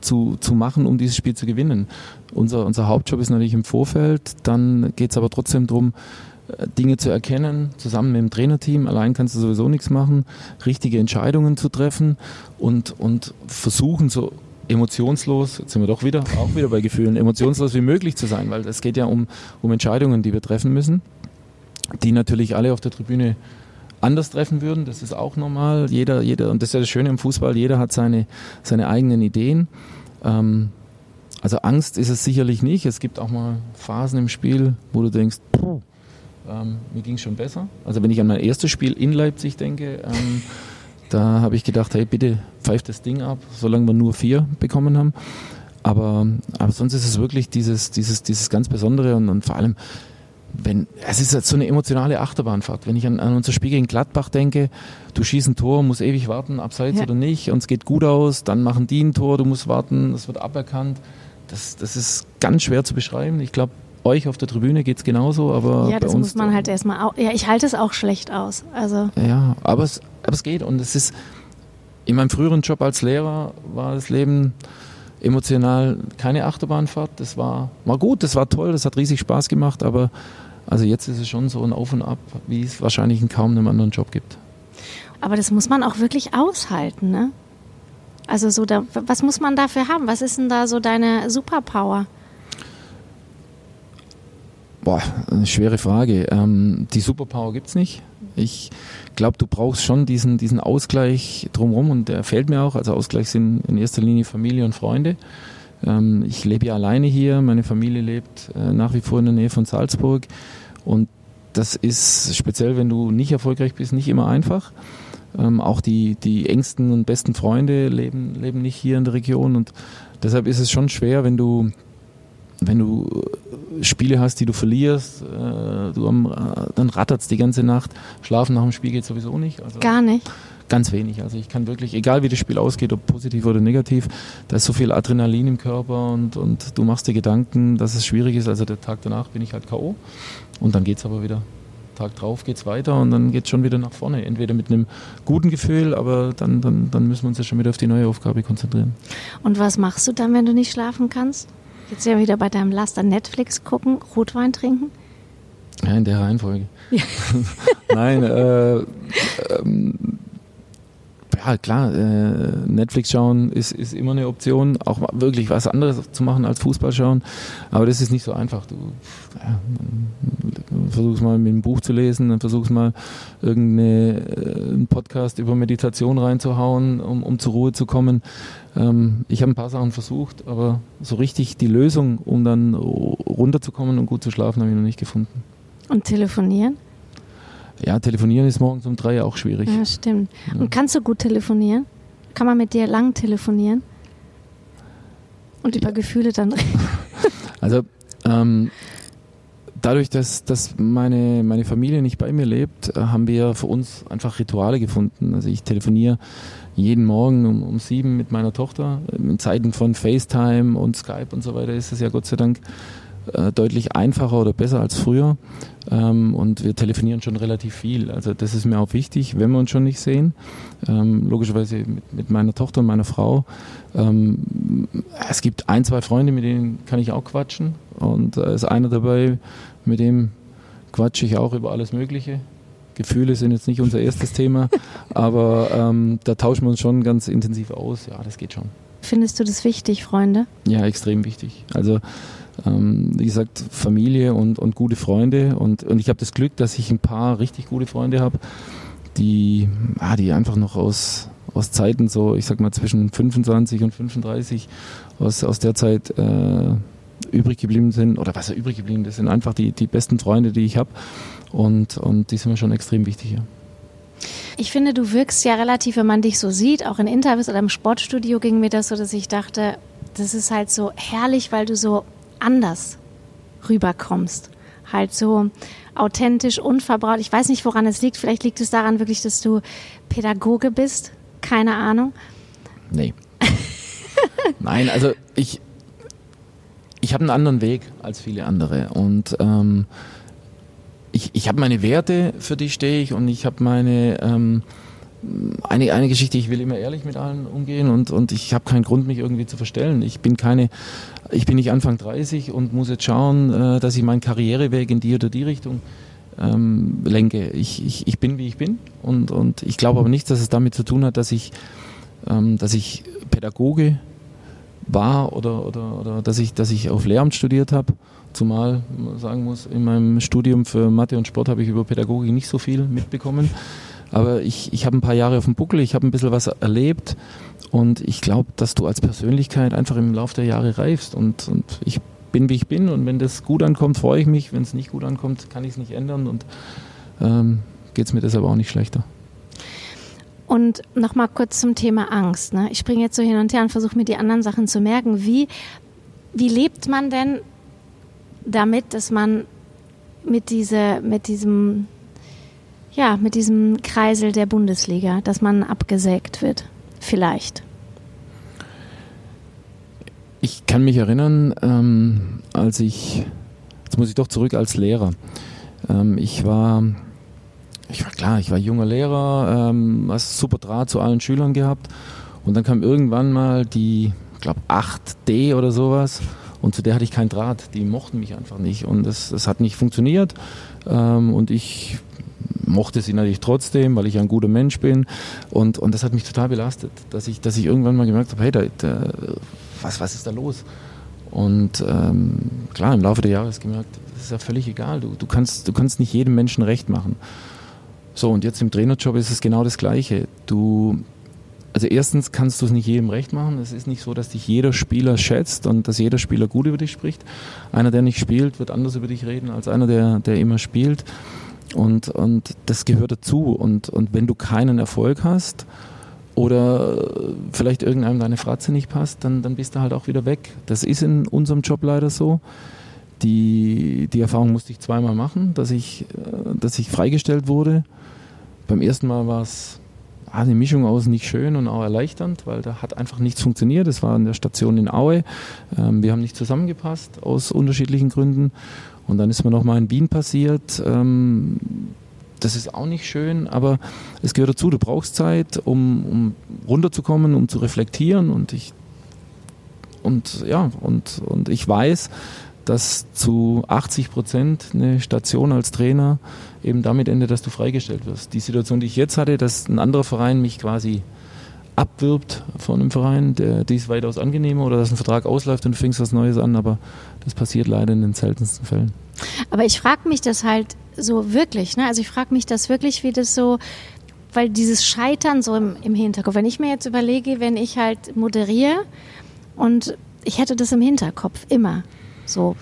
zu machen, um dieses Spiel zu gewinnen. Unser Hauptjob ist natürlich im Vorfeld, dann geht es aber trotzdem darum, Dinge zu erkennen, zusammen mit dem Trainerteam. Allein kannst du sowieso nichts machen, richtige Entscheidungen zu treffen und versuchen, so emotionslos, jetzt sind wir auch wieder bei Gefühlen, emotionslos wie möglich zu sein, weil es geht ja um Entscheidungen, die wir treffen müssen, die natürlich alle auf der Tribüne anders treffen würden. Das ist auch normal. Jeder, und das ist ja das Schöne im Fußball, jeder hat seine eigenen Ideen. Also Angst ist es sicherlich nicht. Es gibt auch mal Phasen im Spiel, wo du denkst, mir ging es schon besser. Also wenn ich an mein erstes Spiel in Leipzig denke, da habe ich gedacht, hey, bitte pfeift das Ding ab, solange wir nur 4 bekommen haben. Aber sonst ist es wirklich dieses ganz Besondere und vor allem, es ist halt so eine emotionale Achterbahnfahrt. Wenn ich an unser Spiel gegen Gladbach denke, du schießt ein Tor, musst ewig warten, abseits oder nicht, und es geht gut aus, dann machen die ein Tor, du musst warten, es wird aberkannt. Das ist ganz schwer zu beschreiben. Ich glaube, euch auf der Tribüne geht es genauso, aber ja, das bei uns muss man halt erstmal ich halte es auch schlecht aus. Also. Ja, aber es geht, und es ist, in meinem früheren Job als Lehrer war das Leben emotional keine Achterbahnfahrt. Das war gut, das war toll, das hat riesig Spaß gemacht, aber also jetzt ist es schon so ein Auf und Ab, wie es wahrscheinlich in kaum einem anderen Job gibt. Aber das muss man auch wirklich aushalten, ne? Also was muss man dafür haben? Was ist denn da so deine Superpower? Eine schwere Frage. Die Superpower gibt's nicht. Ich glaube, du brauchst schon diesen Ausgleich drumherum, und der fehlt mir auch. Also Ausgleich sind in erster Linie Familie und Freunde. Ich lebe ja alleine hier, meine Familie lebt nach wie vor in der Nähe von Salzburg, und das ist speziell, wenn du nicht erfolgreich bist, nicht immer einfach. Auch die engsten und besten Freunde leben nicht hier in der Region, und deshalb ist es schon schwer, wenn du Spiele hast, die du verlierst, dann rattert es die ganze Nacht. Schlafen nach dem Spiel geht sowieso nicht. Also gar nicht? Ganz wenig. Also ich kann wirklich, egal wie das Spiel ausgeht, ob positiv oder negativ, da ist so viel Adrenalin im Körper, und du machst dir Gedanken, dass es schwierig ist. Also der Tag danach bin ich halt K.O. und dann geht es aber wieder. Tag drauf geht es weiter, und dann geht es schon wieder nach vorne. Entweder mit einem guten Gefühl, aber dann müssen wir uns ja schon wieder auf die neue Aufgabe konzentrieren. Und was machst du dann, wenn du nicht schlafen kannst? Jetzt ja wieder bei deinem Laster Netflix gucken, Rotwein trinken? Ja, in der Reihenfolge. Ja. Nein, ja klar, Netflix schauen ist immer eine Option, auch mal wirklich was anderes zu machen als Fußball schauen, aber das ist nicht so einfach. Du versuchst mal mit einem Buch zu lesen, dann versuchst mal irgendeinen Podcast über Meditation reinzuhauen, um zur Ruhe zu kommen. Ich habe ein paar Sachen versucht, aber so richtig die Lösung, um dann runterzukommen und gut zu schlafen, habe ich noch nicht gefunden. Und telefonieren? Ja, telefonieren ist morgens um 3 auch schwierig. Ja, stimmt. Ja. Und kannst du gut telefonieren? Kann man mit dir lang telefonieren? Und über Gefühle dann reden? Also, dadurch, dass meine Familie nicht bei mir lebt, haben wir für uns einfach Rituale gefunden. Also ich telefoniere jeden Morgen um 7 mit meiner Tochter. In Zeiten von FaceTime und Skype und so weiter ist es ja Gott sei Dank deutlich einfacher oder besser als früher, und wir telefonieren schon relativ viel. Also das ist mir auch wichtig, wenn wir uns schon nicht sehen. Logischerweise mit meiner Tochter und meiner Frau. Es gibt 1, 2 Freunde, mit denen kann ich auch quatschen, und da ist einer dabei, mit dem quatsche ich auch über alles Mögliche. Gefühle sind jetzt nicht unser erstes Thema, aber da tauschen wir uns schon ganz intensiv aus. Ja, das geht schon. Findest du das wichtig, Freunde? Ja, extrem wichtig. Also wie gesagt, Familie und gute Freunde, und ich habe das Glück, dass ich ein paar richtig gute Freunde habe, die einfach noch aus Zeiten so, ich sag mal zwischen 25 und 35 aus der Zeit übrig geblieben sind, oder was übrig geblieben, das sind einfach die besten Freunde, die ich habe, und die sind mir schon extrem wichtig hier. Ich finde, du wirkst ja relativ, wenn man dich so sieht, auch in Interviews oder im Sportstudio ging mir das so, dass ich dachte, das ist halt so herrlich, weil du so anders rüberkommst. Halt so authentisch, unverbraucht. Ich weiß nicht, woran es liegt. Vielleicht liegt es daran wirklich, dass du Pädagoge bist. Keine Ahnung. Nee. Nein, also ich habe einen anderen Weg als viele andere, und ich habe meine Werte, für die stehe ich, und ich habe meine eine Geschichte, ich will immer ehrlich mit allen umgehen und ich habe keinen Grund, mich irgendwie zu verstellen. Ich bin nicht Anfang 30 und muss jetzt schauen, dass ich meinen Karriereweg in die oder die Richtung lenke. Ich bin, wie ich bin und ich glaube aber nicht, dass es damit zu tun hat, dass ich Pädagoge war oder dass ich auf Lehramt studiert habe. Zumal man sagen muss, in meinem Studium für Mathe und Sport habe ich über Pädagogik nicht so viel mitbekommen. Aber ich habe ein paar Jahre auf dem Buckel, ich habe ein bisschen was erlebt und ich glaube, dass du als Persönlichkeit einfach im Laufe der Jahre reifst und ich bin, wie ich bin und wenn das gut ankommt, freue ich mich. Wenn es nicht gut ankommt, kann ich es nicht ändern und geht es mir deshalb auch nicht schlechter. Und nochmal kurz zum Thema Angst. Ne? Ich springe jetzt so hin und her und versuche mir die anderen Sachen zu merken. Wie lebt man denn damit, dass man mit diesem Kreisel der Bundesliga, dass man abgesägt wird, vielleicht? Ich kann mich erinnern, jetzt muss ich doch zurück als Lehrer. Ich war junger Lehrer, hast super Draht zu allen Schülern gehabt und dann kam irgendwann mal die, ich glaube 8D oder sowas und zu der hatte ich keinen Draht, die mochten mich einfach nicht und das hat nicht funktioniert und ich mochte sie natürlich trotzdem, weil ich ein guter Mensch bin und das hat mich total belastet, dass ich irgendwann mal gemerkt habe, hey, was ist da los? Und klar, im Laufe der Jahre ist gemerkt, das ist ja völlig egal, du kannst nicht jedem Menschen recht machen. So, und jetzt im Trainerjob ist es genau das Gleiche. Also erstens kannst du es nicht jedem recht machen. Es ist nicht so, dass dich jeder Spieler schätzt und dass jeder Spieler gut über dich spricht. Einer, der nicht spielt, wird anders über dich reden als einer, der immer spielt. Und das gehört dazu. Und wenn du keinen Erfolg hast oder vielleicht irgendeinem deine Fratze nicht passt, dann bist du halt auch wieder weg. Das ist in unserem Job leider so. Die Erfahrung musste ich zweimal machen, dass ich freigestellt wurde. Beim ersten Mal war es eine Mischung aus nicht schön und auch erleichternd, weil da hat einfach nichts funktioniert. Das war an der Station in Aue. Wir haben nicht zusammengepasst aus unterschiedlichen Gründen. Und dann ist mir nochmal in Wien passiert. Das ist auch nicht schön, aber es gehört dazu. Du brauchst Zeit, um runterzukommen, um zu reflektieren. Und ich weiß, dass zu 80% eine Station als Trainer eben damit endet, dass du freigestellt wirst. Die Situation, die ich jetzt hatte, dass ein anderer Verein mich quasi abwirbt von einem Verein, die ist weitaus angenehmer, oder dass ein Vertrag ausläuft und du fängst was Neues an, aber das passiert leider in den seltensten Fällen. Aber ich frage mich das halt so wirklich, ne? Also ich frage mich das wirklich, wie das so, weil dieses Scheitern so im Hinterkopf, wenn ich mir jetzt überlege, wenn ich halt moderiere und ich hätte das im Hinterkopf, immer. So,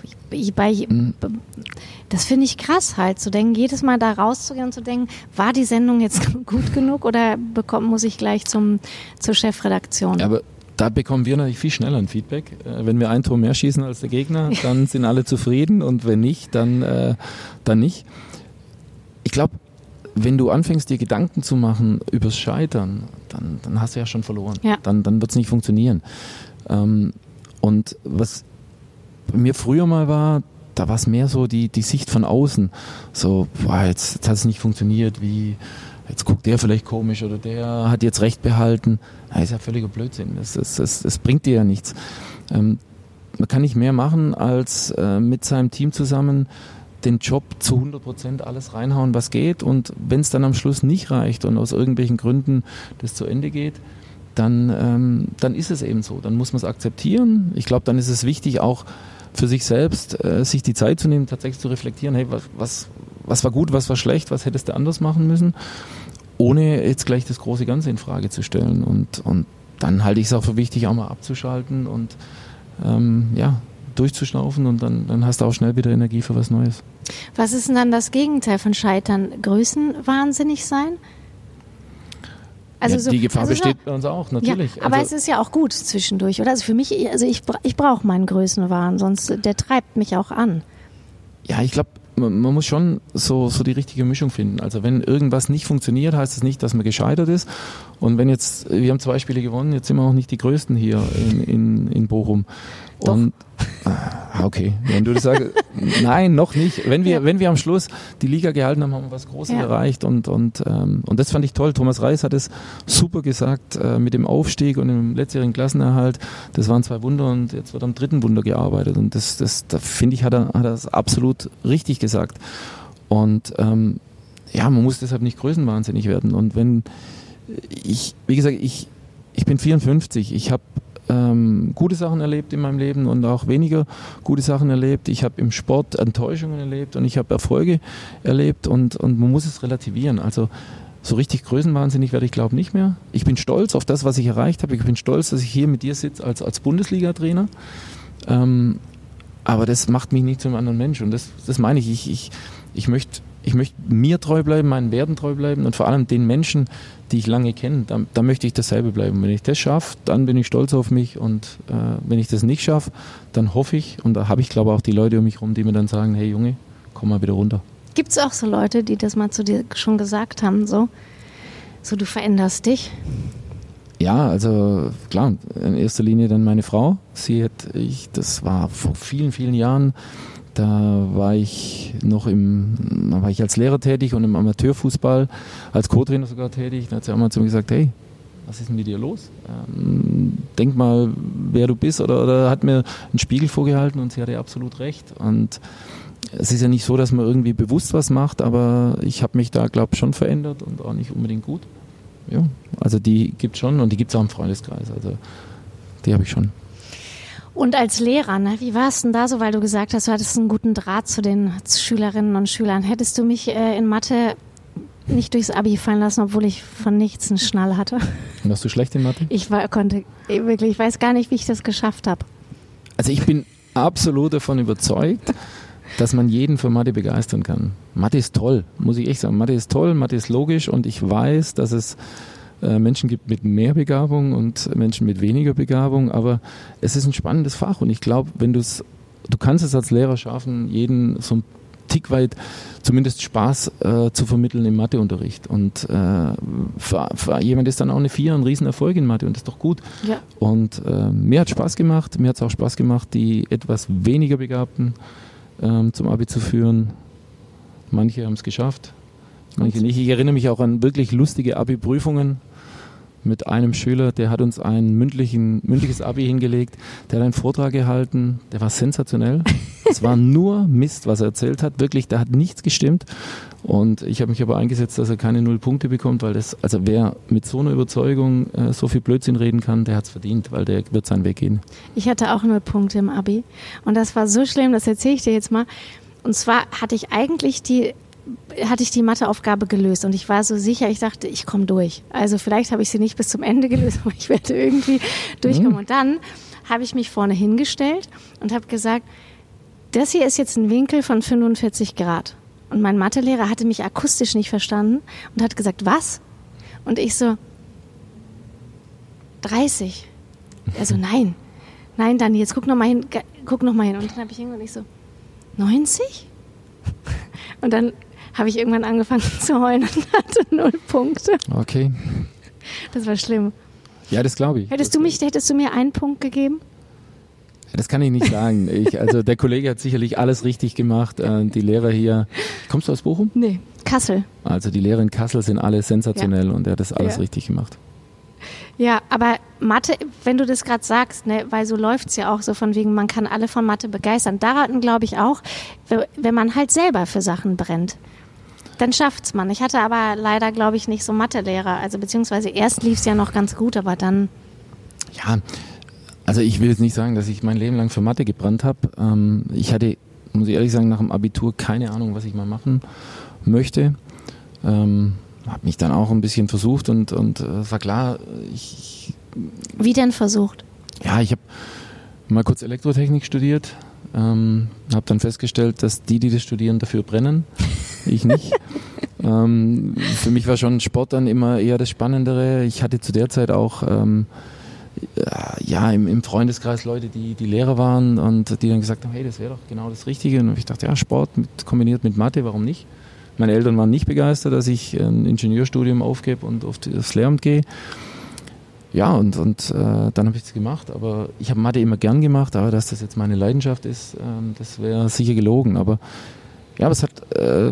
das finde ich krass halt, zu denken, jedes Mal da rauszugehen und zu denken, war die Sendung jetzt gut genug oder muss ich gleich zur Chefredaktion? Ja, aber da bekommen wir natürlich viel schneller ein Feedback. Wenn wir ein Tor mehr schießen als der Gegner, dann sind alle zufrieden und wenn nicht, dann nicht. Ich glaube, wenn du anfängst, dir Gedanken zu machen übers Scheitern, dann hast du ja schon verloren. Ja. Dann wird es nicht funktionieren. Und was bei mir früher mal war, da war es mehr so die Sicht von außen. So, boah, jetzt hat es nicht funktioniert, jetzt guckt der vielleicht komisch oder der hat jetzt Recht behalten. Das ist ja völliger Blödsinn. Das bringt dir ja nichts. Man kann nicht mehr machen, als mit seinem Team zusammen den Job zu 100% alles reinhauen, was geht. Und wenn es dann am Schluss nicht reicht und aus irgendwelchen Gründen das zu Ende geht, dann ist es eben so. Dann muss man es akzeptieren. Ich glaube, dann ist es wichtig, auch für sich selbst sich die Zeit zu nehmen, tatsächlich zu reflektieren, hey, was war gut, was war schlecht, was hättest du anders machen müssen, ohne jetzt gleich das große Ganze in Frage zu stellen. Und dann halte ich es auch für wichtig, auch mal abzuschalten und durchzuschnaufen und dann hast du auch schnell wieder Energie für was Neues. Was ist denn dann das Gegenteil von Scheitern? Größenwahnsinnig sein? Also die Gefahr besteht bei uns auch, natürlich. Ja, aber es ist ja auch gut zwischendurch, oder? Also für mich, ich brauche meinen Größenwahn, sonst der treibt mich auch an. Ja, ich glaube, man muss schon so die richtige Mischung finden. Also wenn irgendwas nicht funktioniert, heißt es nicht, dass man gescheitert ist. Und wenn jetzt, wir haben 2 Spiele gewonnen, jetzt sind wir auch nicht die Größten hier in Bochum. Doch. Und okay, wenn du das sagst, nein, noch nicht. Wenn wir am Schluss die Liga gehalten haben, haben wir was Großes erreicht und das fand ich toll. Thomas Reis hat es super gesagt mit dem Aufstieg und dem letztjährigen Klassenerhalt. Das waren 2 Wunder und jetzt wird am 3. Wunder gearbeitet und da finde ich, hat er es absolut richtig gesagt. Und man muss deshalb nicht größenwahnsinnig werden. Und wenn wie gesagt, ich bin 54, ich habe gute Sachen erlebt in meinem Leben und auch weniger gute Sachen erlebt. Ich habe im Sport Enttäuschungen erlebt und ich habe Erfolge erlebt und man muss es relativieren. Also so richtig größenwahnsinnig werde ich, glaube ich, nicht mehr. Ich bin stolz auf das, was ich erreicht habe. Ich bin stolz, dass ich hier mit dir sitze als Bundesliga-Trainer. Aber das macht mich nicht zu einem anderen Mensch und das meine ich. Ich möchte mir treu bleiben, meinen Werten treu bleiben und vor allem den Menschen, die ich lange kenne, da möchte ich dasselbe bleiben. Wenn ich das schaffe, dann bin ich stolz auf mich und wenn ich das nicht schaffe, dann hoffe ich und da habe ich, glaube ich, auch die Leute um mich herum, die mir dann sagen, hey Junge, komm mal wieder runter. Gibt es auch so Leute, die das mal zu dir schon gesagt haben, so du veränderst dich? Ja, also klar, in erster Linie dann meine Frau. Das war vor vielen, vielen Jahren. Da war ich als Lehrer tätig und im Amateurfußball, als Co-Trainer sogar tätig. Da hat sie auch mal zu mir gesagt, hey, was ist denn mit dir los? Denk mal, wer du bist. Oder hat mir einen Spiegel vorgehalten und sie hatte absolut recht. Und es ist ja nicht so, dass man irgendwie bewusst was macht, aber ich habe mich da, glaube ich, schon verändert und auch nicht unbedingt gut. Ja, also die gibt es schon und die gibt es auch im Freundeskreis. Also die habe ich schon. Und als Lehrer, wie war es denn da so, weil du gesagt hast, du hattest einen guten Draht zu den Schülerinnen und Schülern. Hättest du mich in Mathe nicht durchs Abi fallen lassen, obwohl ich von nichts einen Schnall hatte? Und warst du schlecht in Mathe? Ich weiß gar nicht, wie ich das geschafft habe. Also ich bin absolut davon überzeugt, dass man jeden für Mathe begeistern kann. Mathe ist toll, muss ich echt sagen. Mathe ist toll, Mathe ist logisch und ich weiß, dass es Menschen gibt mit mehr Begabung und Menschen mit weniger Begabung, aber es ist ein spannendes Fach und ich glaube, du kannst es als Lehrer schaffen, jeden so ein Tick weit zumindest Spaß zu vermitteln im Matheunterricht und für jemand ist dann auch eine 4 ein Riesenerfolg in Mathe und das ist doch gut. Ja. Und mir hat Spaß gemacht, mir hat es auch Spaß gemacht, die etwas weniger Begabten zum Abi zu führen. Manche haben es geschafft, manche nicht. Ich erinnere mich auch an wirklich lustige Abi-Prüfungen mit einem Schüler, der hat uns ein mündliches Abi hingelegt, der hat einen Vortrag gehalten, der war sensationell. Es war nur Mist, was er erzählt hat, wirklich, da hat nichts gestimmt. Und ich habe mich aber eingesetzt, dass er keine 0 Punkte bekommt, weil wer mit so einer Überzeugung so viel Blödsinn reden kann, der hat es verdient, weil der wird seinen Weg gehen. Ich hatte auch 0 Punkte im Abi und das war so schlimm, das erzähle ich dir jetzt mal. Und zwar hatte ich die Matheaufgabe gelöst und ich war so sicher, ich dachte, ich komme durch. Also vielleicht habe ich sie nicht bis zum Ende gelöst, aber ich werde irgendwie durchkommen. Und dann habe ich mich vorne hingestellt und habe gesagt, das hier ist jetzt ein Winkel von 45 Grad. Und mein Mathelehrer hatte mich akustisch nicht verstanden und hat gesagt, was? Und ich so, 30. Er so, nein, Dani, jetzt guck noch mal hin. Und dann habe ich hingeguckt und ich so, 90? Und dann habe ich irgendwann angefangen zu heulen und hatte 0 Punkte. Okay. Das war schlimm. Ja, das glaube ich. Hättest du mir 1 Punkt gegeben? Das kann ich nicht sagen. Also der Kollege hat sicherlich alles richtig gemacht. Die Lehrer hier, kommst du aus Bochum? Nee, Kassel. Also die Lehrer in Kassel sind alle sensationell und er hat das alles richtig gemacht. Ja, aber Mathe, wenn du das gerade sagst, ne, weil so läuft es ja auch so von wegen, man kann alle von Mathe begeistern. Daran glaube ich auch, wenn man halt selber für Sachen brennt, dann schafft's man. Ich hatte aber leider, glaube ich, nicht so Mathelehrer. Also beziehungsweise erst lief es ja noch ganz gut, aber dann... Ja, also ich will jetzt nicht sagen, dass ich mein Leben lang für Mathe gebrannt habe. Ich hatte, muss ich ehrlich sagen, nach dem Abitur keine Ahnung, was ich mal machen möchte. Habe mich dann auch ein bisschen versucht und war klar, Wie denn versucht? Ja, ich habe mal kurz Elektrotechnik studiert, habe dann festgestellt, dass die das studieren, dafür brennen, ich nicht. Für mich war schon Sport dann immer eher das Spannendere. Ich hatte zu der Zeit auch im Freundeskreis Leute, die Lehrer waren und die dann gesagt haben, hey, das wäre doch genau das Richtige. Und ich dachte, ja, Sport kombiniert mit Mathe, warum nicht? Meine Eltern waren nicht begeistert, dass ich ein Ingenieurstudium aufgebe und aufs Lehramt gehe. Ja, und dann habe ich es gemacht, aber ich habe Mathe immer gern gemacht, aber dass das jetzt meine Leidenschaft ist, das wäre sicher gelogen. Aber ja, aber es hat,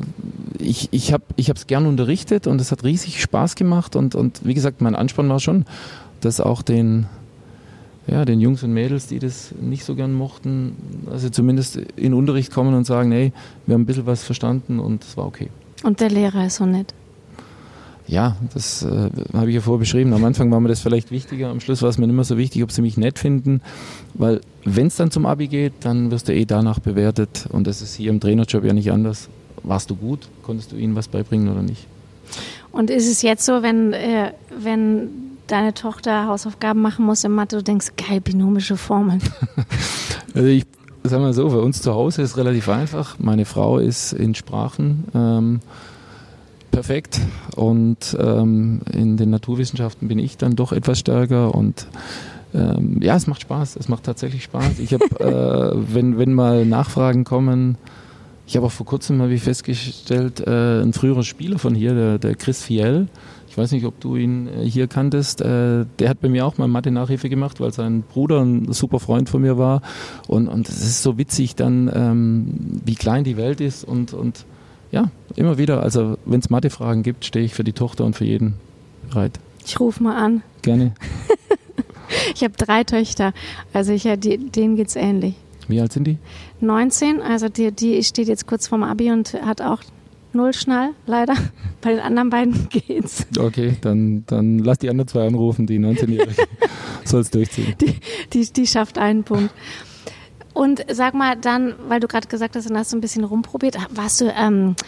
ich habe es gern unterrichtet und es hat riesig Spaß gemacht und wie gesagt, mein Ansporn war schon, dass auch den Jungs und Mädels, die das nicht so gern mochten, also zumindest in Unterricht kommen und sagen, hey, wir haben ein bisschen was verstanden und es war okay. Und der Lehrer ist so nett. Ja, das habe ich ja vorher beschrieben. Am Anfang war mir das vielleicht wichtiger, am Schluss war es mir nicht mehr so wichtig, ob sie mich nett finden, weil wenn es dann zum Abi geht, dann wirst du danach bewertet und das ist hier im Trainerjob ja nicht anders. Warst du gut? Konntest du ihnen was beibringen oder nicht? Und ist es jetzt so, wenn deine Tochter Hausaufgaben machen muss in Mathe, du denkst, geil, binomische Formeln? Also ich sag mal so, für uns zu Hause ist es relativ einfach. Meine Frau ist in Sprachen perfekt und in den Naturwissenschaften bin ich dann doch etwas stärker und ja, es macht Spaß, es macht tatsächlich Spaß. Ich habe, wenn mal Nachfragen kommen, ich habe auch vor kurzem, habe ich festgestellt, ein früherer Spieler von hier, der Chris Fiel, ich weiß nicht, ob du ihn hier kanntest, der hat bei mir auch mal Mathe-Nachhilfe gemacht, weil sein Bruder ein super Freund von mir war und es ist so witzig dann, wie klein die Welt ist und ja, immer wieder. Also wenn es Mathe-Fragen gibt, stehe ich für die Tochter und für jeden bereit. Ich rufe mal an. Gerne. Ich habe 3 Töchter, also denen geht's ähnlich. Wie alt sind die? 19, also die steht jetzt kurz vorm Abi und hat auch 0 Schnall, leider. Bei den anderen beiden geht's. Okay, dann lass die anderen 2 anrufen, die 19-Jährige soll es durchziehen. Die schafft einen Punkt. Und sag mal dann, weil du gerade gesagt hast, dann hast du ein bisschen rumprobiert, warst du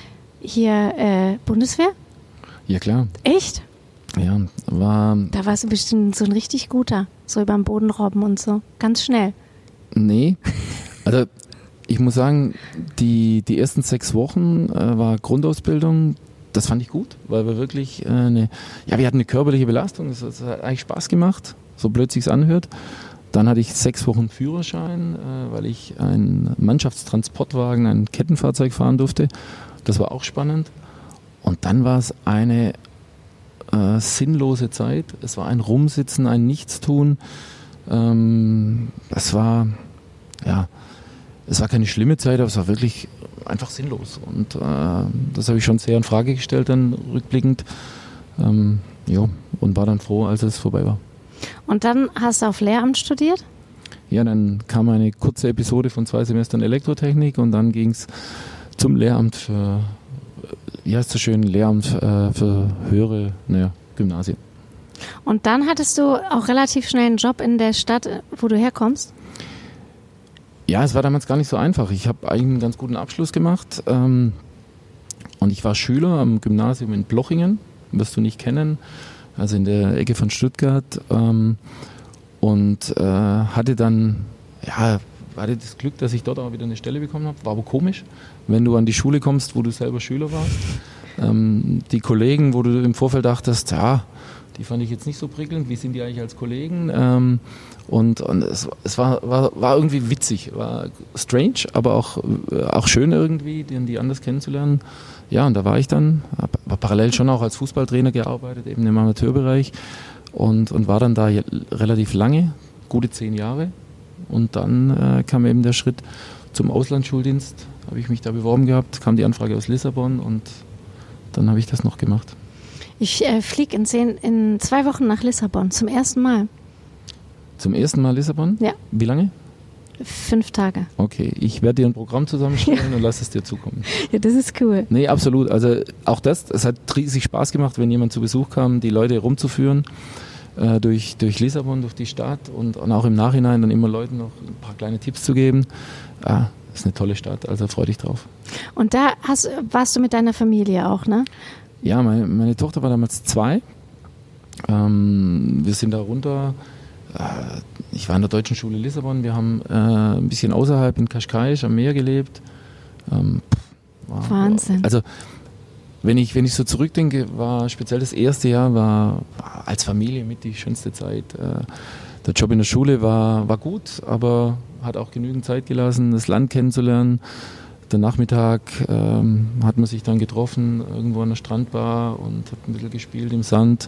hier Bundeswehr? Ja, klar. Echt? Ja, Da warst du bestimmt so ein richtig guter, so über den Boden robben und so, ganz schnell. Nee, also ich muss sagen, die ersten 6 Wochen war Grundausbildung, das fand ich gut, weil wir wirklich wir hatten eine körperliche Belastung, das hat eigentlich Spaß gemacht, so blöd sich's anhört. Dann hatte ich 6 Wochen Führerschein, weil ich einen Mannschaftstransportwagen, ein Kettenfahrzeug fahren durfte. Das war auch spannend. Und dann war es eine sinnlose Zeit. Es war ein Rumsitzen, ein Nichtstun. Es war keine schlimme Zeit, aber es war wirklich einfach sinnlos. Und das habe ich schon sehr in Frage gestellt, dann rückblickend. Und war dann froh, als es vorbei war. Und dann hast du auf Lehramt studiert? Ja, dann kam eine kurze Episode von 2 Semestern Elektrotechnik und dann ging es zum Lehramt für, wie heißt das schön, Lehramt für höhere Gymnasien. Und dann hattest du auch relativ schnell einen Job in der Stadt, wo du herkommst? Ja, es war damals gar nicht so einfach. Ich habe eigentlich einen ganz guten Abschluss gemacht und ich war Schüler am Gymnasium in Blochingen, wirst du nicht kennen. Also in der Ecke von Stuttgart und hatte das Glück, dass ich dort auch wieder eine Stelle bekommen habe. War aber komisch, wenn du an die Schule kommst, wo du selber Schüler warst. Die Kollegen, wo du im Vorfeld dachtest, die fand ich jetzt nicht so prickelnd, wie sind die eigentlich als Kollegen? Und es war irgendwie witzig, war strange, aber auch schön irgendwie, die anders kennenzulernen. Ja, und da war ich dann, habe parallel schon auch als Fußballtrainer gearbeitet, eben im Amateurbereich und war dann da relativ lange, gute 10 Jahre. Und dann kam eben der Schritt zum Auslandsschuldienst, habe ich mich da beworben gehabt, kam die Anfrage aus Lissabon und dann habe ich das noch gemacht. Ich fliege in 2 Wochen nach Lissabon, zum ersten Mal. Zum ersten Mal Lissabon? Ja. Wie lange? 5 Tage. Okay, ich werde dir ein Programm zusammenstellen und lass es dir zukommen. Ja, das ist cool. Nee, absolut. Also auch es hat riesig Spaß gemacht, wenn jemand zu Besuch kam, die Leute rumzuführen durch Lissabon, durch die Stadt und auch im Nachhinein dann immer Leuten noch ein paar kleine Tipps zu geben. Das ist eine tolle Stadt, also freu dich drauf. Und da warst du mit deiner Familie auch, ne? Ja, meine Tochter war damals 2. Wir sind da runter. Ich war in der Deutschen Schule Lissabon. Wir haben ein bisschen außerhalb in Cascais am Meer gelebt. Wahnsinn. Also wenn ich so zurückdenke, war speziell das erste Jahr war als Familie mit die schönste Zeit. Der Job in der Schule war gut, aber hat auch genügend Zeit gelassen, das Land kennenzulernen. der Nachmittag hat man sich dann getroffen, irgendwo an der Strandbar und hat ein bisschen gespielt im Sand.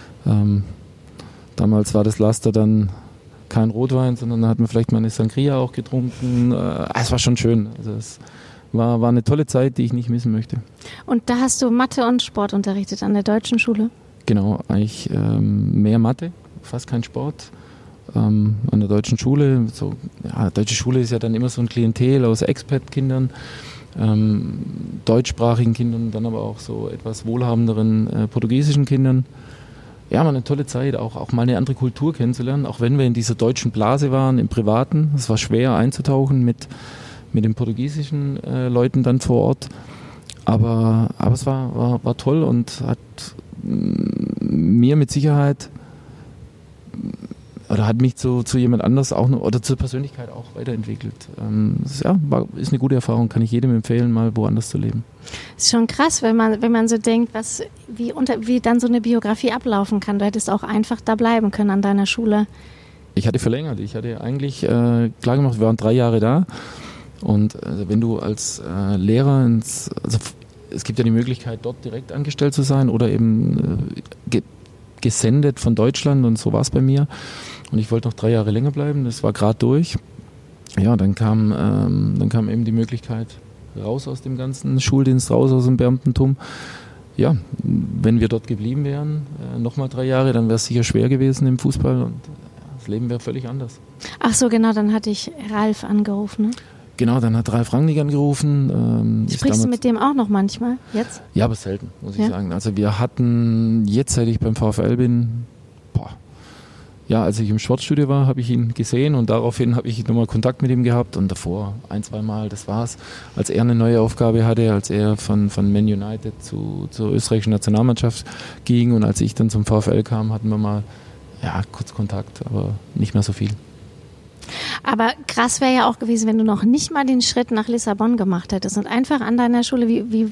Damals war das Laster dann kein Rotwein, sondern da hat man vielleicht mal eine Sangria auch getrunken. Es war schon schön. Also es war eine tolle Zeit, die ich nicht missen möchte. Und da hast du Mathe und Sport unterrichtet an der deutschen Schule? Genau, eigentlich mehr Mathe, fast kein Sport. An der deutschen Schule. So, ja, deutsche Schule ist ja dann immer so ein Klientel aus Expat-Kindern, deutschsprachigen Kindern, dann aber auch so etwas wohlhabenderen portugiesischen Kindern. Ja, war eine tolle Zeit, auch mal eine andere Kultur kennenzulernen, auch wenn wir in dieser deutschen Blase waren, im Privaten. Es war schwer einzutauchen mit den portugiesischen Leuten dann vor Ort. Aber es war toll und hat mir mit Sicherheit oder hat mich zu jemand anders auch noch, oder zur Persönlichkeit auch weiterentwickelt. Ist eine gute Erfahrung, kann ich jedem empfehlen, mal woanders zu leben. Ist schon krass, wenn man so denkt, wie dann so eine Biografie ablaufen kann. Du hättest auch einfach da bleiben können an deiner Schule. Ich hatte verlängert. Ich hatte eigentlich klar gemacht, wir waren 3 Jahre da. Und wenn du als Lehrer es gibt ja die Möglichkeit, dort direkt angestellt zu sein oder eben gesendet von Deutschland, und so war es bei mir. Und ich wollte noch 3 Jahre länger bleiben, das war gerade durch. Ja, dann kam eben die Möglichkeit raus aus dem ganzen Schuldienst, raus aus dem Beamtentum. Ja, wenn wir dort geblieben wären, nochmal 3 Jahre, dann wäre es sicher schwer gewesen im Fußball und das Leben wäre völlig anders. Ach so, genau, dann hatte ich Ralf angerufen, ne? Genau, dann hat Ralf Rangnick angerufen. Sprichst du mit dem auch noch manchmal jetzt? Ja, aber selten, muss ich sagen. Also wir hatten, jetzt seit ich beim VfL bin, als ich im Sportstudio war, habe ich ihn gesehen und daraufhin habe ich nochmal Kontakt mit ihm gehabt und davor 1-2 Mal, das war's. Als er eine neue Aufgabe hatte, als er von Man United zur österreichischen Nationalmannschaft ging und als ich dann zum VfL kam, hatten wir mal kurz Kontakt, aber nicht mehr so viel. Aber krass wäre ja auch gewesen, wenn du noch nicht mal den Schritt nach Lissabon gemacht hättest und einfach an deiner Schule, wie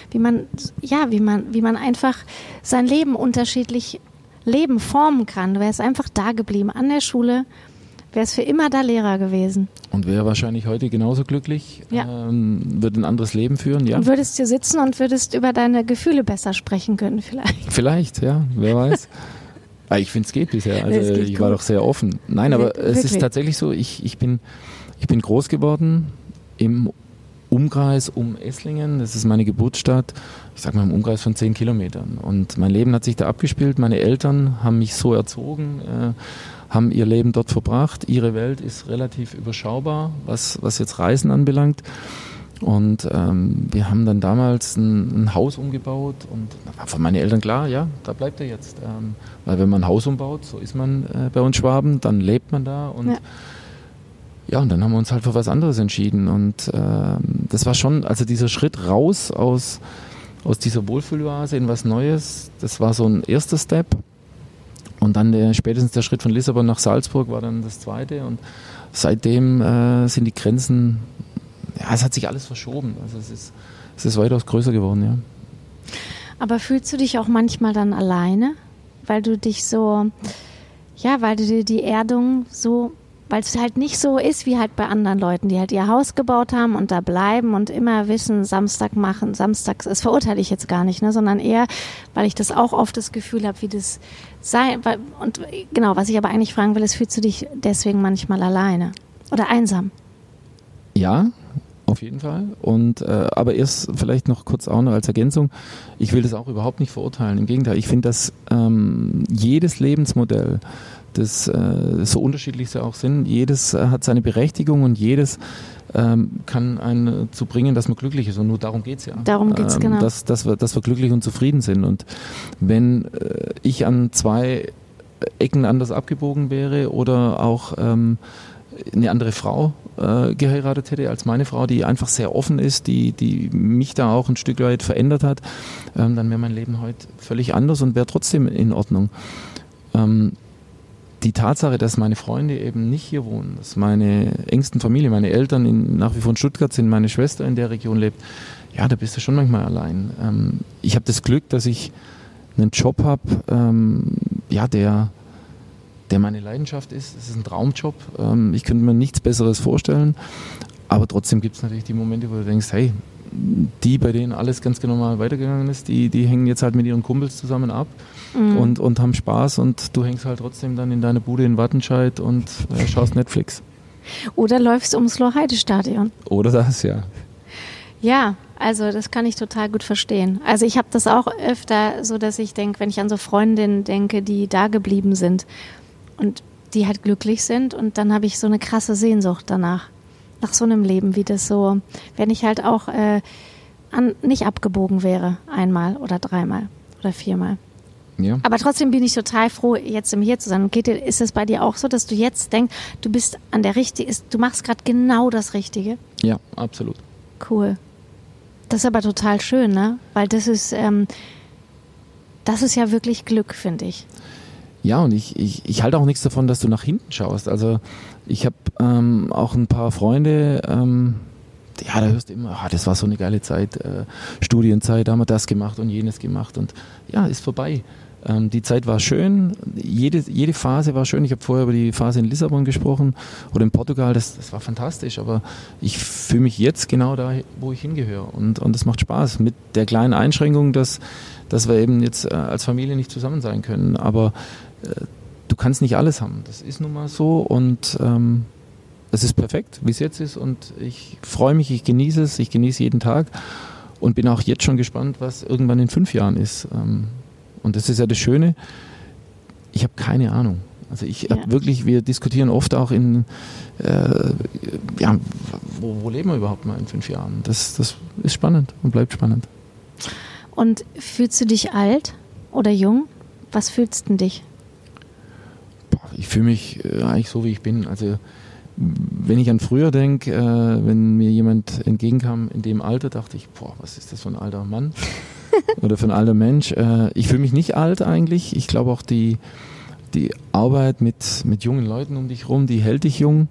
man einfach sein Leben unterschiedlich formen kann. Du wärst einfach da geblieben an der Schule, wärst für immer da Lehrer gewesen. Und wäre wahrscheinlich heute genauso glücklich, würde ein anderes Leben führen, ja. Und würdest hier sitzen und würdest über deine Gefühle besser sprechen können vielleicht. Vielleicht, ja, wer weiß. Ich finde, es geht bisher. Also ich war doch sehr offen. Nein, aber es ist tatsächlich so, ich bin groß geworden im Umkreis um Esslingen. Das ist meine Geburtsstadt. Ich sage mal im Umkreis von 10 Kilometern. Und mein Leben hat sich da abgespielt. Meine Eltern haben mich so erzogen, haben ihr Leben dort verbracht. Ihre Welt ist relativ überschaubar, was jetzt Reisen anbelangt. Und wir haben dann damals ein Haus umgebaut und da war von meinen Eltern klar, ja, da bleibt er jetzt. Weil wenn man ein Haus umbaut, so ist man bei uns Schwaben, dann lebt man da und und dann haben wir uns halt für was anderes entschieden. Und das war schon, also dieser Schritt raus aus dieser Wohlfühloase in was Neues, das war so ein erster Step. Und dann spätestens der Schritt von Lissabon nach Salzburg war dann das zweite. Und seitdem sind die Grenzen, es hat sich alles verschoben. Also es ist weitaus größer geworden, ja. Aber fühlst du dich auch manchmal dann alleine? Weil du dich weil du dir die Erdung so, weil es halt nicht so ist wie halt bei anderen Leuten, die halt ihr Haus gebaut haben und da bleiben und immer wissen, Samstags, das verurteile ich jetzt gar nicht, ne, sondern eher, weil ich das auch oft das Gefühl habe, wie das sei. Und genau, was ich aber eigentlich fragen will, ist, fühlst du dich deswegen manchmal alleine oder einsam? Ja, auf jeden Fall. Und aber erst vielleicht noch kurz auch noch als Ergänzung, ich will das auch überhaupt nicht verurteilen. Im Gegenteil, ich finde, dass jedes Lebensmodell, das so unterschiedlich sie auch sind, jedes hat seine Berechtigung und jedes kann einen dazu bringen, dass man glücklich ist. Und nur darum geht es ja. Darum geht es, genau. Dass wir glücklich und zufrieden sind. Und wenn ich an 2 Ecken anders abgebogen wäre oder auch eine andere Frau geheiratet hätte als meine Frau, die einfach sehr offen ist, die mich da auch ein Stück weit verändert hat, dann wäre mein Leben heute völlig anders und wäre trotzdem in Ordnung. Die Tatsache, dass meine Freunde eben nicht hier wohnen, dass meine engsten Familie, meine Eltern nach wie vor in Stuttgart sind, meine Schwester in der Region lebt, ja, da bist du schon manchmal allein. Ich habe das Glück, dass ich einen Job habe, der meine Leidenschaft ist. Es ist ein Traumjob. Ich könnte mir nichts Besseres vorstellen. Aber trotzdem gibt es natürlich die Momente, wo du denkst, hey, die, bei denen alles ganz normal weitergegangen ist, die hängen jetzt halt mit ihren Kumpels zusammen ab und haben Spaß und du hängst halt trotzdem dann in deiner Bude in Wattenscheid und schaust Netflix. Oder läufst ums Lorheide-Stadion. Oder das, ja. Ja, also das kann ich total gut verstehen. Also ich habe das auch öfter so, dass ich denke, wenn ich an so Freundinnen denke, die da geblieben sind und die halt glücklich sind und dann habe ich so eine krasse Sehnsucht danach. Nach so einem Leben, wie das so, wenn ich halt auch nicht abgebogen wäre, einmal oder dreimal oder 4-mal. Ja. Aber trotzdem bin ich total froh, jetzt hier zu sein. Ist es bei dir auch so, dass du jetzt denkst, du bist an der richtigen, du machst gerade genau das Richtige? Ja, absolut. Cool. Das ist aber total schön, ne? Weil das ist ja wirklich Glück, finde ich. Ja, und ich halte auch nichts davon, dass du nach hinten schaust. Also ich habe auch ein paar Freunde, da hörst du immer, das war so eine geile Zeit, Studienzeit, da haben wir das gemacht und jenes gemacht und ja, ist vorbei. Die Zeit war schön, jede Phase war schön. Ich habe vorher über die Phase in Lissabon gesprochen oder in Portugal, das war fantastisch, aber ich fühle mich jetzt genau da, wo ich hingehöre und das macht Spaß mit der kleinen Einschränkung, dass wir eben jetzt als Familie nicht zusammen sein können, aber du kannst nicht alles haben, das ist nun mal so und es ist perfekt, wie es jetzt ist und ich freue mich, ich genieße es, ich genieße jeden Tag und bin auch jetzt schon gespannt, was irgendwann in 5 Jahren ist. Und das ist ja das Schöne, ich habe keine Ahnung. Also wir diskutieren oft auch wo leben wir überhaupt mal in 5 Jahren? Das ist spannend und bleibt spannend. Und fühlst du dich alt oder jung? Was fühlst du dich? Ich fühle mich eigentlich so, wie ich bin. Also wenn ich an früher denke, wenn mir jemand entgegenkam in dem Alter, dachte ich, was ist das für ein alter Mann? Oder für ein alter Mensch. Ich fühle mich nicht alt eigentlich. Ich glaube auch die Arbeit mit jungen Leuten um dich rum, die hält dich jung.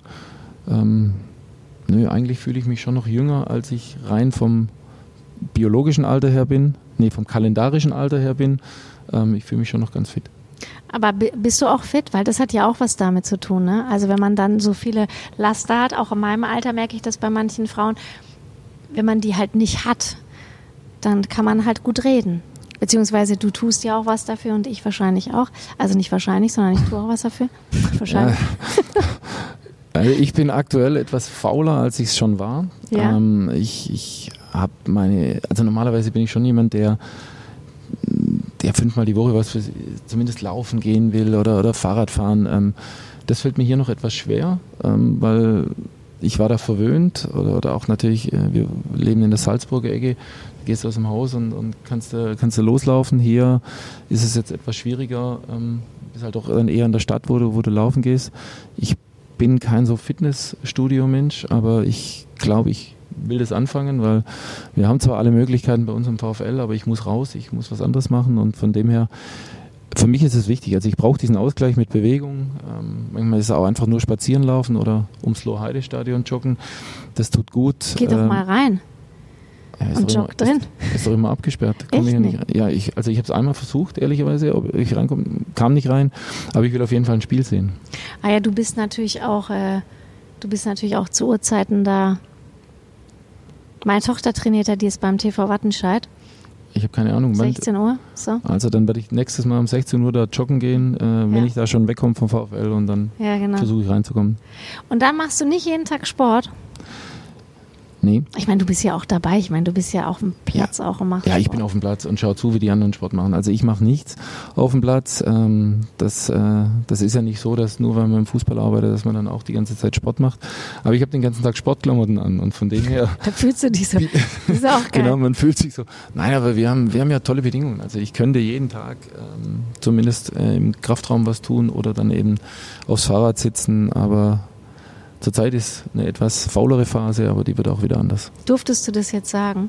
Eigentlich fühle ich mich schon noch jünger, als ich rein vom biologischen Alter her bin. Vom kalendarischen Alter her bin. Ich fühle mich schon noch ganz fit. Aber bist du auch fit? Weil das hat ja auch was damit zu tun, ne? Also wenn man dann so viele Laster hat, auch in meinem Alter merke ich das bei manchen Frauen, wenn man die halt nicht hat, dann kann man halt gut reden. Beziehungsweise du tust ja auch was dafür und ich wahrscheinlich auch. Also nicht wahrscheinlich, sondern ich tue auch was dafür. Wahrscheinlich. Ja. Also ich bin aktuell etwas fauler, als ich es schon war. Ja. Ich habe also normalerweise bin ich schon jemand, der 5-mal die Woche zumindest laufen gehen will oder Fahrrad fahren. Das fällt mir hier noch etwas schwer, weil ich war da verwöhnt oder auch natürlich, wir leben in der Salzburger Ecke, du gehst aus dem Haus und kannst du loslaufen. Hier ist es jetzt etwas schwieriger, bist halt auch dann eher in der Stadt, wo du laufen gehst. Ich bin kein so Fitnessstudio-Mensch, aber ich glaube, ich will das anfangen, weil wir haben zwar alle Möglichkeiten bei uns im VfL, aber ich muss raus, ich muss was anderes machen und von dem her, für mich ist es wichtig, also ich brauche diesen Ausgleich mit Bewegung, manchmal ist es auch einfach nur spazieren laufen oder ums Lorheide-Stadion joggen, das tut gut. Geh doch mal rein und jogg drin. Ist doch immer abgesperrt. Echt nicht? Ich habe es einmal versucht, ehrlicherweise, ob ich reinkomme, kam nicht rein, aber ich will auf jeden Fall ein Spiel sehen. Ah ja, du bist natürlich auch zu Uhrzeiten da. Meine Tochter trainiert ja, die ist beim TV Wattenscheid. Ich habe keine Ahnung. 16 Uhr, so. Also dann werde ich nächstes Mal um 16 Uhr da joggen gehen, wenn ich da schon wegkomme vom VfL und dann versuche ich reinzukommen. Und dann machst du nicht jeden Tag Sport? Nee. Ich meine, du bist ja auch dabei. Ich meine, du bist ja auf dem Platz auch und machst Sport. Ja, ich bin auf dem Platz und schaue zu, wie die anderen Sport machen. Also ich mache nichts auf dem Platz. Das ist ja nicht so, dass nur weil man im Fußball arbeitet, dass man dann auch die ganze Zeit Sport macht. Aber ich habe den ganzen Tag Sportklamotten an und von dem her... Da fühlst du dich so. Das ist auch geil. Genau, man fühlt sich so. Nein, aber wir haben ja tolle Bedingungen. Also ich könnte jeden Tag zumindest im Kraftraum was tun oder dann eben aufs Fahrrad sitzen, aber... Zurzeit ist eine etwas faulere Phase, aber die wird auch wieder anders. Durftest du das jetzt sagen?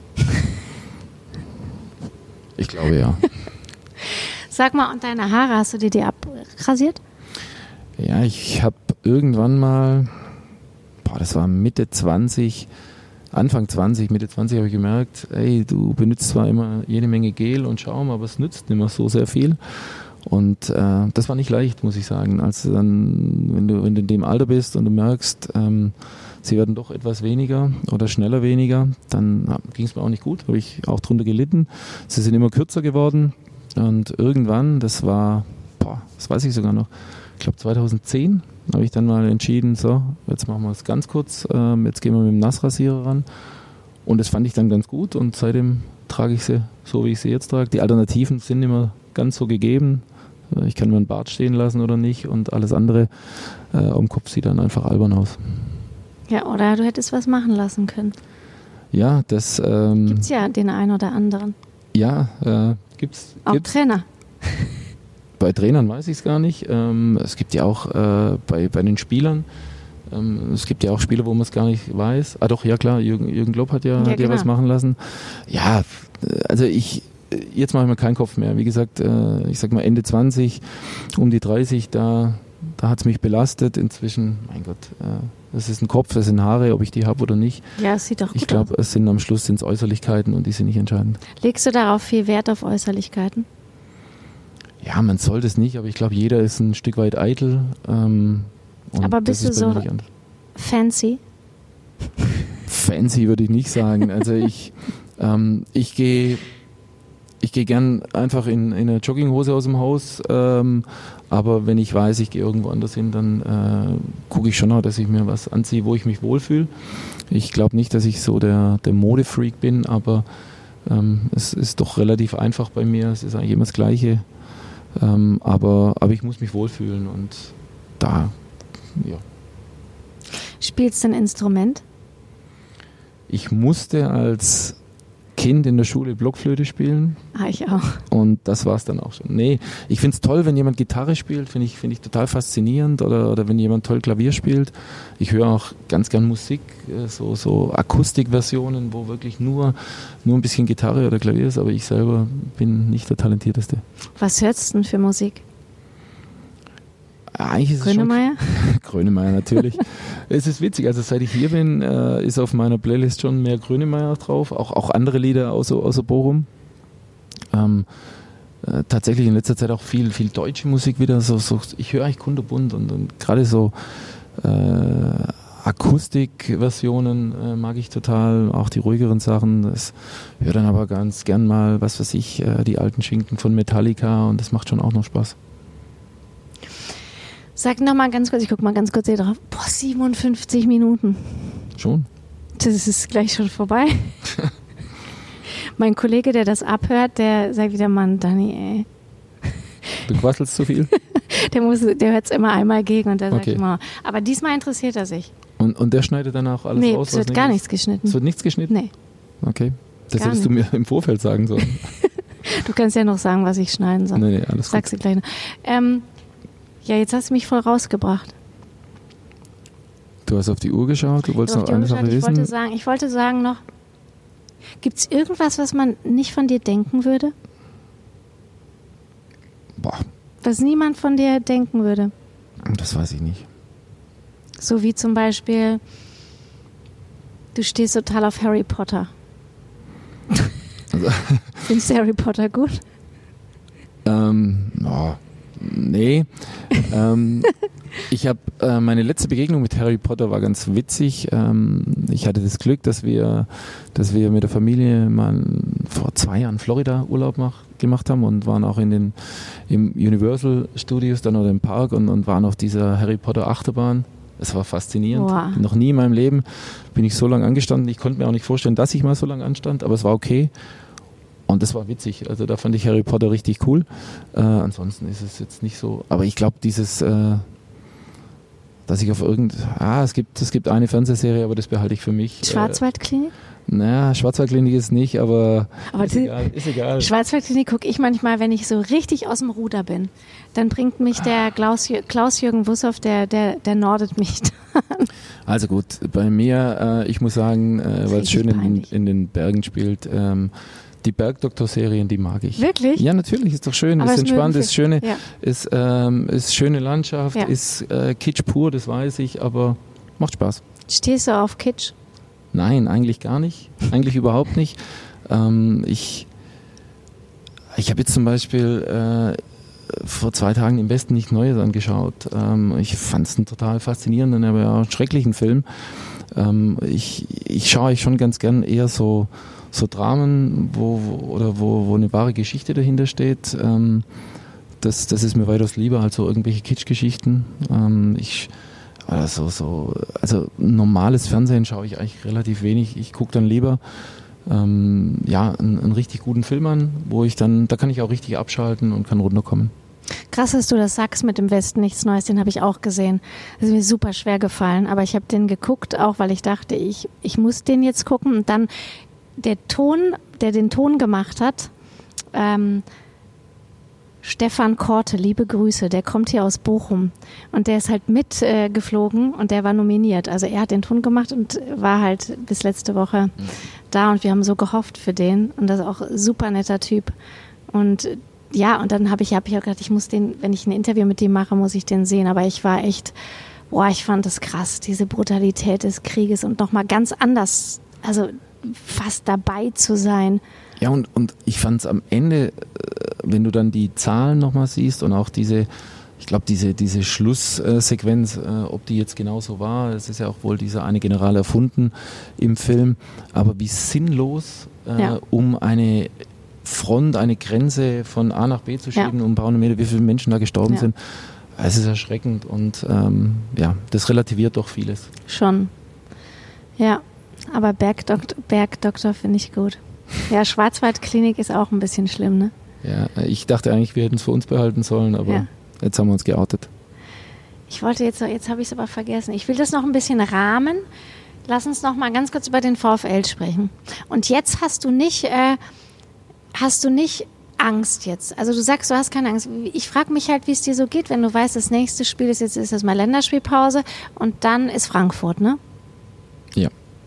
Ich glaube, ja. Sag mal, und deine Haare, hast du dir die abrasiert? Ja, ich habe irgendwann mal, das war Mitte 20, Anfang 20, Mitte 20 habe ich gemerkt, ey, du benutzt zwar immer jede Menge Gel und Schaum, aber es nützt nicht mehr so sehr viel. Und das war nicht leicht, muss ich sagen. Also dann, wenn du in dem Alter bist und du merkst, sie werden doch etwas weniger oder schneller weniger, dann ging es mir auch nicht gut, habe ich auch drunter gelitten. Sie sind immer kürzer geworden und irgendwann, das weiß ich sogar noch, ich glaube 2010, habe ich dann mal entschieden, so, jetzt machen wir es ganz kurz, jetzt gehen wir mit dem Nassrasierer ran. Und das fand ich dann ganz gut und seitdem trage ich sie so, wie ich sie jetzt trage. Die Alternativen sind immer ganz so gegeben. Ich kann mir einen Bart stehen lassen oder nicht und alles andere am Kopf sieht dann einfach albern aus. Ja, oder du hättest was machen lassen können. Ja, das... gibt's ja den einen oder anderen. Ja, gibt's. Auch Trainer. Bei Trainern weiß ich es gar nicht. Es gibt ja auch bei den Spielern, es gibt ja auch Spieler, wo man es gar nicht weiß. Ah doch, ja klar, Jürgen Klopp hat ja genau. Was machen lassen. Ja, also jetzt mache ich mir keinen Kopf mehr. Wie gesagt, ich sag mal Ende 20, um die 30, da hat es mich belastet. Inzwischen, mein Gott, das ist ein Kopf, das sind Haare, ob ich die habe oder nicht. Ja, es sieht doch gut aus. Ich glaube, am Schluss sind es Äußerlichkeiten und die sind nicht entscheidend. Legst du darauf viel Wert auf Äußerlichkeiten? Ja, man sollte es nicht, aber ich glaube, jeder ist ein Stück weit eitel. Aber bist du so fancy? Fancy würde ich nicht sagen. Also ich gehe gern einfach in einer Jogginghose aus dem Haus, aber wenn ich weiß, ich gehe irgendwo anders hin, dann gucke ich schon auch, dass ich mir was anziehe, wo ich mich wohlfühle. Ich glaube nicht, dass ich so der Modefreak bin, aber es ist doch relativ einfach bei mir. Es ist eigentlich immer das Gleiche, aber ich muss mich wohlfühlen und da, ja. Spielst du ein Instrument? Ich musste als Kind in der Schule Blockflöte spielen. Ich auch. Und das war es dann auch schon. Nee, ich finde es toll, wenn jemand Gitarre spielt, finde ich total faszinierend oder wenn jemand toll Klavier spielt. Ich höre auch ganz gern Musik, so Akustikversionen, wo wirklich nur ein bisschen Gitarre oder Klavier ist, aber ich selber bin nicht der Talentierteste. Was hörst du denn für Musik? Eigentlich ist Grönemeyer? Grönemeyer natürlich. Es ist witzig, also seit ich hier bin, ist auf meiner Playlist schon mehr Grönemeyer drauf, auch andere Lieder außer Bochum. Tatsächlich in letzter Zeit auch viel deutsche Musik wieder. So, ich höre eigentlich kunterbunt und gerade so Akustikversionen mag ich total, auch die ruhigeren Sachen. Ich höre dann aber ganz gern mal, was weiß ich, die alten Schinken von Metallica und das macht schon auch noch Spaß. Sag noch mal ganz kurz, ich gucke mal ganz kurz hier drauf. 57 Minuten. Schon? Das ist gleich schon vorbei. Mein Kollege, der das abhört, der sagt wieder, Mann, Dani, ey. Du quasselst zu viel? Der hört es immer einmal gegen und der sagt immer, aber diesmal interessiert er sich. Und der schneidet dann auch alles raus? Nee, es wird gar nichts geschnitten. Es wird nichts geschnitten? Nee. Okay. Das hättest du mir im Vorfeld sagen sollen. Du kannst ja noch sagen, was ich schneiden soll. Nee, alles gut. Sagst du gleich noch. Ja, jetzt hast du mich voll rausgebracht. Du hast auf die Uhr geschaut, du wolltest noch eine Sache wissen. Ich wollte sagen noch, gibt es irgendwas, was man nicht von dir denken würde? Boah. Was niemand von dir denken würde? Das weiß ich nicht. So wie zum Beispiel, du stehst total auf Harry Potter. Findest du Harry Potter gut? Nee. Ich habe meine letzte Begegnung mit Harry Potter war ganz witzig. Ich hatte das Glück, dass wir mit der Familie mal vor 2 Jahren Florida Urlaub gemacht haben und waren auch im Universal Studios dann oder im Park und waren auf dieser Harry Potter Achterbahn. Es war faszinierend. Wow. Noch nie in meinem Leben bin ich so lange angestanden. Ich konnte mir auch nicht vorstellen, dass ich mal so lange anstand, aber es war okay. Und das war witzig. Also da fand ich Harry Potter richtig cool. Ansonsten ist es jetzt nicht so. Aber ich glaube, dass ich auf es gibt eine Fernsehserie, aber das behalte ich für mich. Schwarzwaldklinik? Naja, Schwarzwaldklinik ist nicht, aber ist egal. Schwarzwaldklinik gucke ich manchmal, wenn ich so richtig aus dem Ruder bin. Dann bringt mich der Klaus-Jürgen Wussow, der nordet mich dann. Also gut, bei mir, ich muss sagen, weil es schön in den Bergen spielt, die Bergdoktor-Serien, die mag ich. Wirklich? Ja, natürlich, ist doch schön, ist entspannt, ist schöne Landschaft, ist Kitsch pur, das weiß ich, aber macht Spaß. Stehst du auf Kitsch? Nein, eigentlich gar nicht. Eigentlich überhaupt nicht. Ich habe jetzt zum Beispiel vor 2 Tagen im Westen nichts Neues angeschaut. Ich fand es einen total faszinierenden, aber auch schrecklichen Film. Ich schaue eigentlich schon ganz gern eher so Dramen, wo eine wahre Geschichte dahinter steht. Das ist mir weitaus lieber als so irgendwelche Kitschgeschichten. Also normales Fernsehen schaue ich eigentlich relativ wenig. Ich gucke dann lieber einen richtig guten Film an, da kann ich auch richtig abschalten und kann runterkommen. Krass, dass du das sagst mit dem Westen nichts Neues, den habe ich auch gesehen. Das ist mir super schwer gefallen, aber ich habe den geguckt, auch weil ich dachte, ich muss den jetzt gucken. Und dann der den Ton gemacht hat, Stefan Korte, liebe Grüße, der kommt hier aus Bochum und der ist halt mitgeflogen und der war nominiert. Also er hat den Ton gemacht und war halt bis letzte Woche da und wir haben so gehofft für den und das ist auch ein super netter Typ. Und ja, und dann habe ich auch gedacht, ich muss den, wenn ich ein Interview mit dem mache, muss ich den sehen. Aber ich war echt, ich fand das krass, diese Brutalität des Krieges und nochmal ganz anders, also fast dabei zu sein. Ja, und ich fand es am Ende, wenn du dann die Zahlen nochmal siehst und auch diese Schlusssequenz, ob die jetzt genauso war, es ist ja auch wohl dieser eine General erfunden im Film, aber wie sinnlos, um eine Front, eine Grenze von A nach B zu schieben, um ein paar hundert Meter, wie viele Menschen da gestorben sind. Es ist erschreckend und das relativiert doch vieles. Schon. Ja, aber Bergdoktor finde ich gut. Ja, Schwarzwaldklinik ist auch ein bisschen schlimm, ne? Ja, ich dachte eigentlich, wir hätten es für uns behalten sollen, aber jetzt haben wir uns geoutet. Ich wollte jetzt habe ich es aber vergessen. Ich will das noch ein bisschen rahmen. Lass uns noch mal ganz kurz über den VfL sprechen. Und jetzt hast du nicht Angst jetzt? Also du sagst, du hast keine Angst. Ich frage mich halt, wie es dir so geht, wenn du weißt, das nächste Spiel ist das mal Länderspielpause und dann ist Frankfurt, ne? Ja.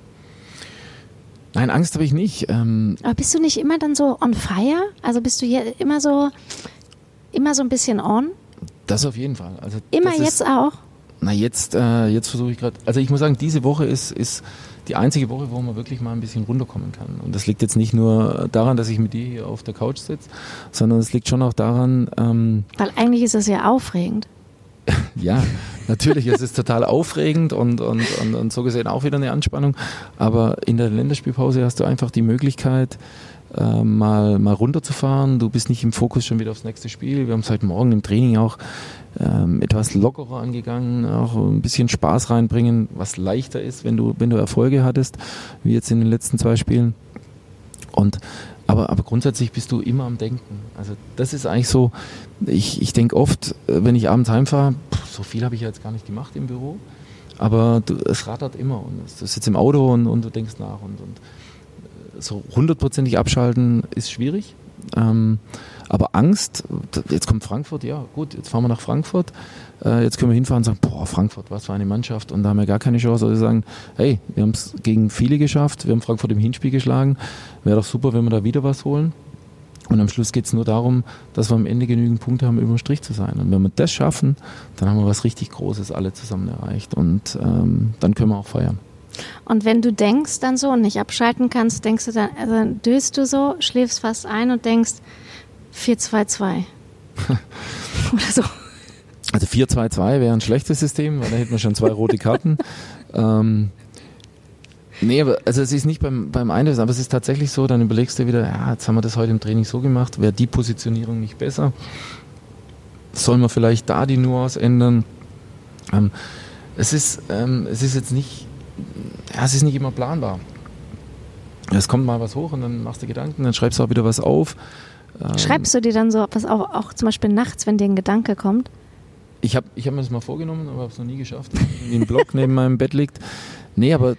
Nein, Angst habe ich nicht. Aber bist du nicht immer dann so on fire? Also bist du hier immer so ein bisschen on? Das auf jeden Fall. Also immer jetzt auch? Na jetzt versuche ich gerade, also ich muss sagen, diese Woche ist die einzige Woche, wo man wirklich mal ein bisschen runterkommen kann. Und das liegt jetzt nicht nur daran, dass ich mit dir hier auf der Couch sitze, sondern es liegt schon auch daran... Weil eigentlich ist das ja aufregend. Ja, natürlich, es ist total aufregend und so gesehen auch wieder eine Anspannung. Aber in der Länderspielpause hast du einfach die Möglichkeit, mal runterzufahren. Du bist nicht im Fokus schon wieder aufs nächste Spiel. Wir haben es heute Morgen im Training auch etwas lockerer angegangen, auch ein bisschen Spaß reinbringen, was leichter ist, wenn du Erfolge hattest, wie jetzt in den letzten 2 Spielen. Aber grundsätzlich bist du immer am Denken. Also das ist eigentlich so, ich denke oft, wenn ich abends heimfahre, so viel habe ich ja jetzt gar nicht gemacht im Büro, aber es rattert immer und du sitzt im Auto und du denkst nach und so 100%ig abschalten ist schwierig. Aber Angst, jetzt kommt Frankfurt, ja gut, jetzt fahren wir nach Frankfurt, jetzt können wir hinfahren und sagen, Frankfurt, was für eine Mannschaft, und da haben wir gar keine Chance. Also sagen, hey, wir haben es gegen viele geschafft, wir haben Frankfurt im Hinspiel geschlagen, wäre doch super, wenn wir da wieder was holen. Und am Schluss geht es nur darum, dass wir am Ende genügend Punkte haben, über den Strich zu sein. Und wenn wir das schaffen, dann haben wir was richtig Großes alle zusammen erreicht und dann können wir auch feiern. Und wenn du denkst dann so und nicht abschalten kannst, denkst du dann, also döst du so, schläfst fast ein und denkst 4-2-2 oder so. Also 4-2-2 wäre ein schlechtes System, weil da hätten wir schon 2 rote Karten. Nee, aber also es ist nicht beim Einlösen, aber es ist tatsächlich so, dann überlegst du wieder, ja, jetzt haben wir das heute im Training so gemacht, wäre die Positionierung nicht besser? Sollen wir vielleicht da die Nuance ändern? Es ist jetzt nicht, es ist nicht immer planbar. Es kommt mal was hoch und dann machst du Gedanken, dann schreibst du auch wieder was auf. Schreibst du dir dann so was auch zum Beispiel nachts, wenn dir ein Gedanke kommt? Ich hab mir das mal vorgenommen, aber habe es noch nie geschafft, wie ein Block neben meinem Bett liegt. Nee, aber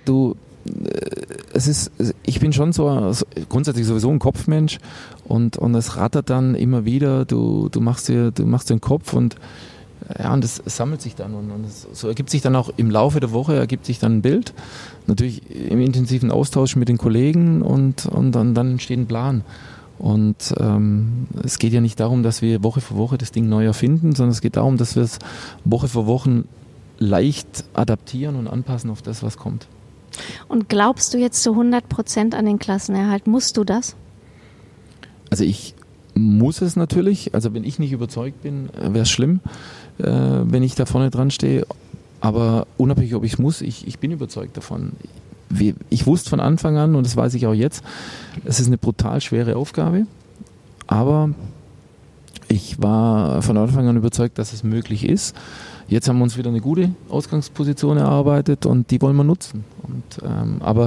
ich bin schon so grundsätzlich sowieso ein Kopfmensch und es rattert dann immer wieder, du machst dir den Kopf und es sammelt sich dann und so ergibt sich dann auch im Laufe der Woche ein Bild, natürlich im intensiven Austausch mit den Kollegen und dann entsteht ein Plan. Und es geht ja nicht darum, dass wir Woche für Woche das Ding neu erfinden, sondern es geht darum, dass wir es Woche für Woche leicht adaptieren und anpassen auf das, was kommt. Und glaubst du jetzt zu 100% an den Klassenerhalt? Musst du das? Also ich muss es natürlich. Also wenn ich nicht überzeugt bin, wäre es schlimm, wenn ich da vorne dran stehe. Aber unabhängig, ob ich es muss, ich bin überzeugt davon. Ich wusste von Anfang an, und das weiß ich auch jetzt, es ist eine brutal schwere Aufgabe. Aber ich war von Anfang an überzeugt, dass es möglich ist. Jetzt haben wir uns wieder eine gute Ausgangsposition erarbeitet und die wollen wir nutzen. Aber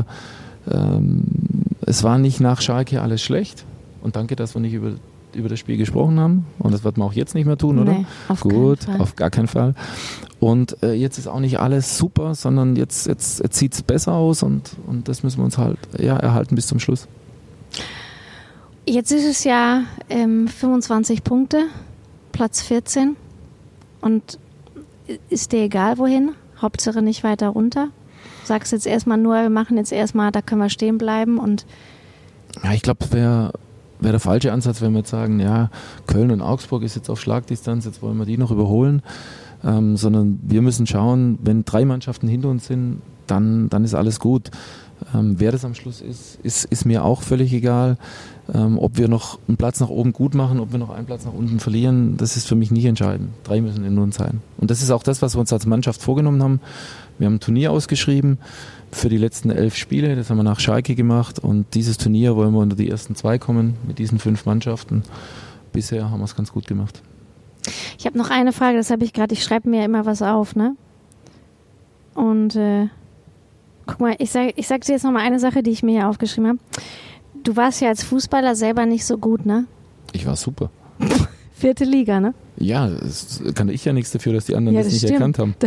es war nicht nach Schalke alles schlecht. Und danke, dass wir nicht über das Spiel gesprochen haben. Und das wird man auch jetzt nicht mehr tun, oder? Nee, auf gar keinen Fall. Und jetzt ist auch nicht alles super, sondern jetzt sieht es besser aus und das müssen wir uns halt erhalten bis zum Schluss. Jetzt ist es ja 25 Punkte, Platz 14. Und ist dir egal, wohin? Hauptsache nicht weiter runter? Sagst jetzt erstmal nur, wir machen jetzt erstmal, da können wir stehen bleiben und. Ja, ich glaube, wäre der falsche Ansatz, wenn wir jetzt sagen, ja, Köln und Augsburg ist jetzt auf Schlagdistanz, jetzt wollen wir die noch überholen. Sondern wir müssen schauen, wenn 3 Mannschaften hinter uns sind, dann ist alles gut. Wer das am Schluss ist mir auch völlig egal. Ob wir noch einen Platz nach oben gut machen, ob wir noch einen Platz nach unten verlieren, das ist für mich nicht entscheidend. 3 müssen in uns sein. Und das ist auch das, was wir uns als Mannschaft vorgenommen haben. Wir haben ein Turnier ausgeschrieben für die letzten 11 Spiele. Das haben wir nach Schalke gemacht. Und dieses Turnier wollen wir unter die ersten 2 kommen mit diesen 5 Mannschaften. Bisher haben wir es ganz gut gemacht. Ich habe noch eine Frage, das habe ich gerade, ich schreibe mir ja immer was auf, ne? Und guck mal, ich sag dir jetzt noch mal eine Sache, die ich mir hier aufgeschrieben habe. Du warst ja als Fußballer selber nicht so gut, ne? Ich war super. 4. Liga, ne? Ja, das kann ich ja nichts dafür, dass die anderen das nicht erkannt haben.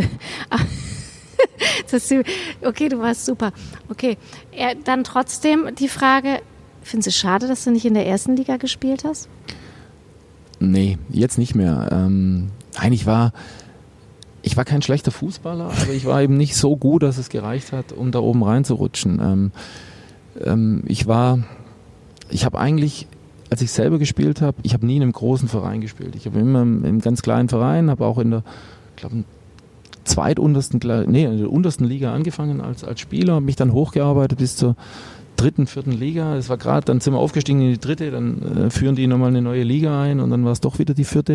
Okay, du warst super. Okay, dann trotzdem die Frage, findest du es schade, dass du nicht in der 1. Liga gespielt hast? Nee, jetzt nicht mehr. Nein, ich war kein schlechter Fußballer, aber ich war eben nicht so gut, dass es gereicht hat, um da oben reinzurutschen. Ich habe eigentlich, als ich selber gespielt habe, ich habe nie in einem großen Verein gespielt. Ich habe immer im ganz kleinen Verein, habe auch in der, glaube in der untersten Liga angefangen als Spieler, habe mich dann hochgearbeitet bis zur 3., 4. Liga. Das war gerade, dann sind wir aufgestiegen in die 3., dann führen die nochmal eine neue Liga ein und dann war es doch wieder die 4.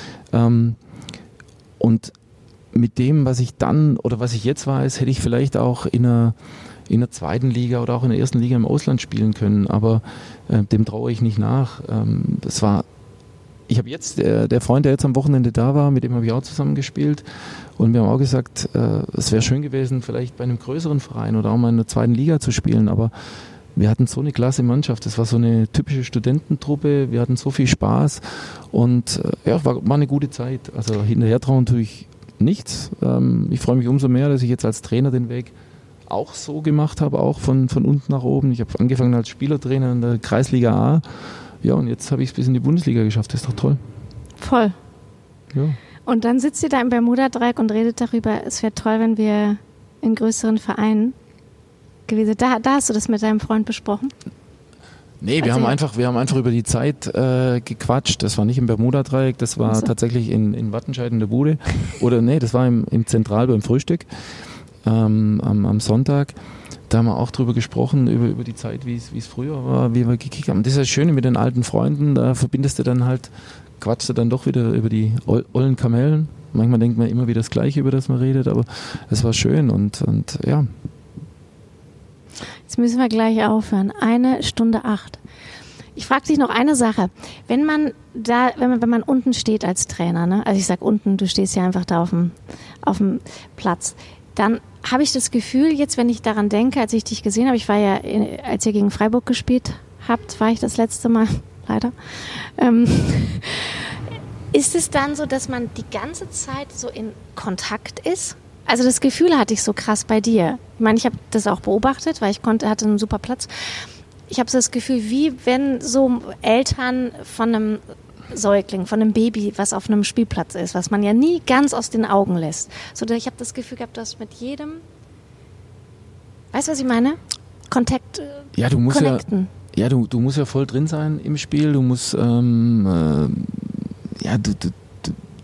Und mit dem, was ich dann oder was ich jetzt weiß, hätte ich vielleicht auch in der 2. Liga oder auch in der 1. Liga im Ausland spielen können, aber dem traue ich nicht nach. Ich habe jetzt, der Freund, der jetzt am Wochenende da war, mit dem habe ich auch zusammen gespielt und wir haben auch gesagt, es wäre schön gewesen, vielleicht bei einem größeren Verein oder auch mal in der 2. Liga zu spielen, aber wir hatten so eine klasse Mannschaft, das war so eine typische Studententruppe, wir hatten so viel Spaß und war eine gute Zeit. Also hinterher trauen tue ich nichts. Ich freue mich umso mehr, dass ich jetzt als Trainer den Weg auch so gemacht habe, auch von unten nach oben. Ich habe angefangen als Spielertrainer in der Kreisliga A. Ja, und jetzt habe ich es bis in die Bundesliga geschafft. Das ist doch toll. Voll. Ja. Und dann sitzt ihr da im Bermuda-Dreieck und redet darüber, es wäre toll, wenn wir in größeren Vereinen gewesen sind. Da hast du das mit deinem Freund besprochen? Nee, wir haben einfach über die Zeit gequatscht. Das war nicht im Bermuda-Dreieck, das war tatsächlich in Wattenscheid in der Bude. Oder nee, das war im Zentral beim Frühstück am Sonntag. Da haben wir auch drüber gesprochen, über die Zeit, wie es früher war, wie wir gekickt haben. Das ist das Schöne mit den alten Freunden, da verbindest du dann halt, quatschst du dann doch wieder über die ollen Kamellen. Manchmal denkt man immer wieder das Gleiche, über das man redet, aber es war schön und ja. Jetzt müssen wir gleich aufhören. 1:08. Ich frage dich noch eine Sache. Wenn man unten steht als Trainer, ne? Also ich sag unten, du stehst ja einfach da auf dem Platz, dann habe ich das Gefühl, jetzt wenn ich daran denke, als ich dich gesehen habe, ich war ja, als ihr gegen Freiburg gespielt habt, war ich das letzte Mal, leider. Ist es dann so, dass man die ganze Zeit so in Kontakt ist? Also das Gefühl hatte ich so krass bei dir. Ich meine, ich habe das auch beobachtet, weil ich hatte einen super Platz. Ich habe so das Gefühl, wie wenn so Eltern von einem Säugling, von einem Baby, was auf einem Spielplatz ist, was man ja nie ganz aus den Augen lässt. So, ich habe das Gefühl gehabt, du hast mit jedem, weißt du, was ich meine? Kontakt, ja, du musst connecten. Ja, du musst ja voll drin sein im Spiel. Du musst,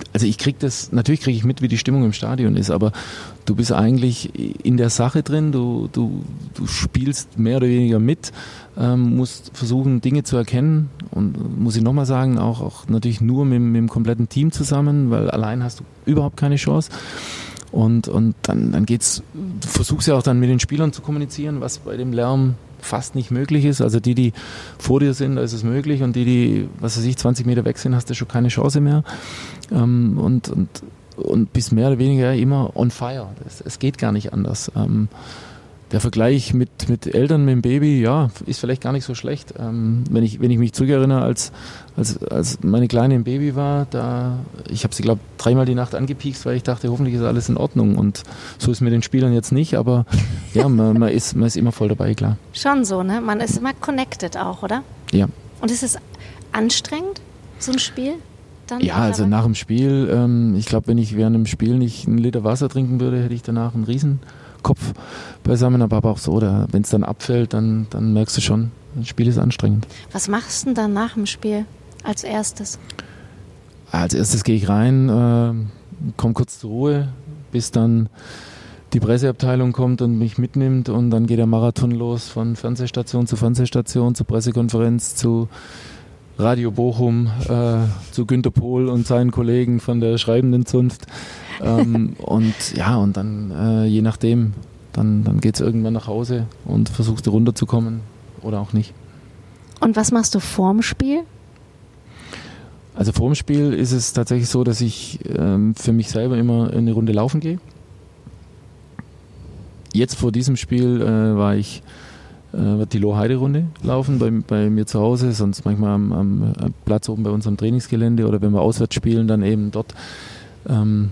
also natürlich kriege ich mit, wie die Stimmung im Stadion ist, aber du bist eigentlich in der Sache drin, du spielst mehr oder weniger mit, musst versuchen, Dinge zu erkennen und muss ich nochmal sagen, auch natürlich nur mit dem kompletten Team zusammen, weil allein hast du überhaupt keine Chance. Und dann geht's, du versuchst ja auch dann mit den Spielern zu kommunizieren, was bei dem Lärm fast nicht möglich ist. Also die vor dir sind, da ist es möglich, und die, was weiß ich, 20 Meter weg sind, hast du schon keine Chance mehr. Und bist mehr oder weniger immer on fire. Es geht gar nicht anders. Der Vergleich mit Eltern, mit dem Baby, ja, ist vielleicht gar nicht so schlecht. Wenn ich mich zurückerinnere, als meine Kleine im Baby war, ich habe sie, glaube ich, 3-mal die Nacht angepiekst, weil ich dachte, hoffentlich ist alles in Ordnung. Und so ist mit den Spielern jetzt nicht, aber ja, man ist immer voll dabei, klar. Schon so, ne? Man ist immer connected auch, oder? Ja. Und ist es anstrengend, so ein Spiel? Dann ja, also nach dem Spiel, ich glaube, wenn ich während dem Spiel nicht 1 Liter Wasser trinken würde, hätte ich danach einen Riesenkopf beisammen, aber auch so, wenn es dann abfällt, dann merkst du schon, das Spiel ist anstrengend. Was machst du denn dann nach dem Spiel als erstes? Als erstes gehe ich rein, komme kurz zur Ruhe, bis dann die Presseabteilung kommt und mich mitnimmt, und dann geht der Marathon los von Fernsehstation zu Fernsehstation, zur Pressekonferenz, zu Radio Bochum, zu Günter Pohl und seinen Kollegen von der schreibenden Zunft. Und dann, je nachdem, dann geht es irgendwann nach Hause und versuchst du runterzukommen oder auch nicht. Und was machst du vorm Spiel? Also vorm Spiel ist es tatsächlich so, dass ich für mich selber immer eine Runde laufen gehe. Jetzt vor diesem Spiel wird die Loh-Heide-Runde laufen bei mir zu Hause, sonst manchmal am Platz oben bei uns am Trainingsgelände, oder wenn wir auswärts spielen, dann eben dort, um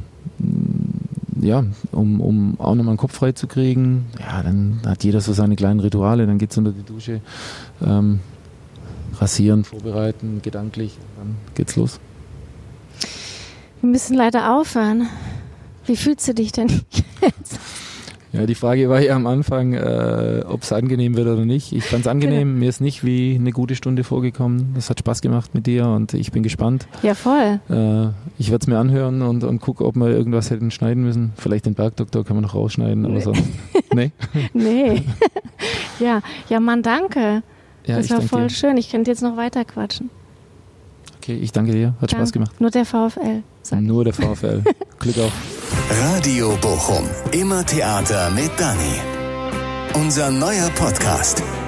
auch nochmal den Kopf frei zu kriegen. Ja, dann hat jeder so seine kleinen Rituale, dann geht es unter die Dusche, rasieren, vorbereiten, gedanklich, dann geht's los. Wir müssen leider aufhören. Wie fühlst du dich denn jetzt? Ja, die Frage war ja am Anfang, ob es angenehm wird oder nicht. Ich fand es angenehm, genau. Mir ist nicht wie eine gute Stunde vorgekommen. Es hat Spaß gemacht mit dir und ich bin gespannt. Ja, voll. Ich werde es mir anhören und gucke, ob wir irgendwas hätten schneiden müssen. Vielleicht den Bergdoktor kann man noch rausschneiden, aber sonst. Nee? Nee. Ja, Mann, danke. Ja, das war voll schön. Ich könnte jetzt noch weiter quatschen. Okay, ich danke dir. Hat Spaß gemacht. Nur der VfL. Nur der VfL. Glück auf. Radio Bochum. Immer Theater mit Dani. Unser neuer Podcast.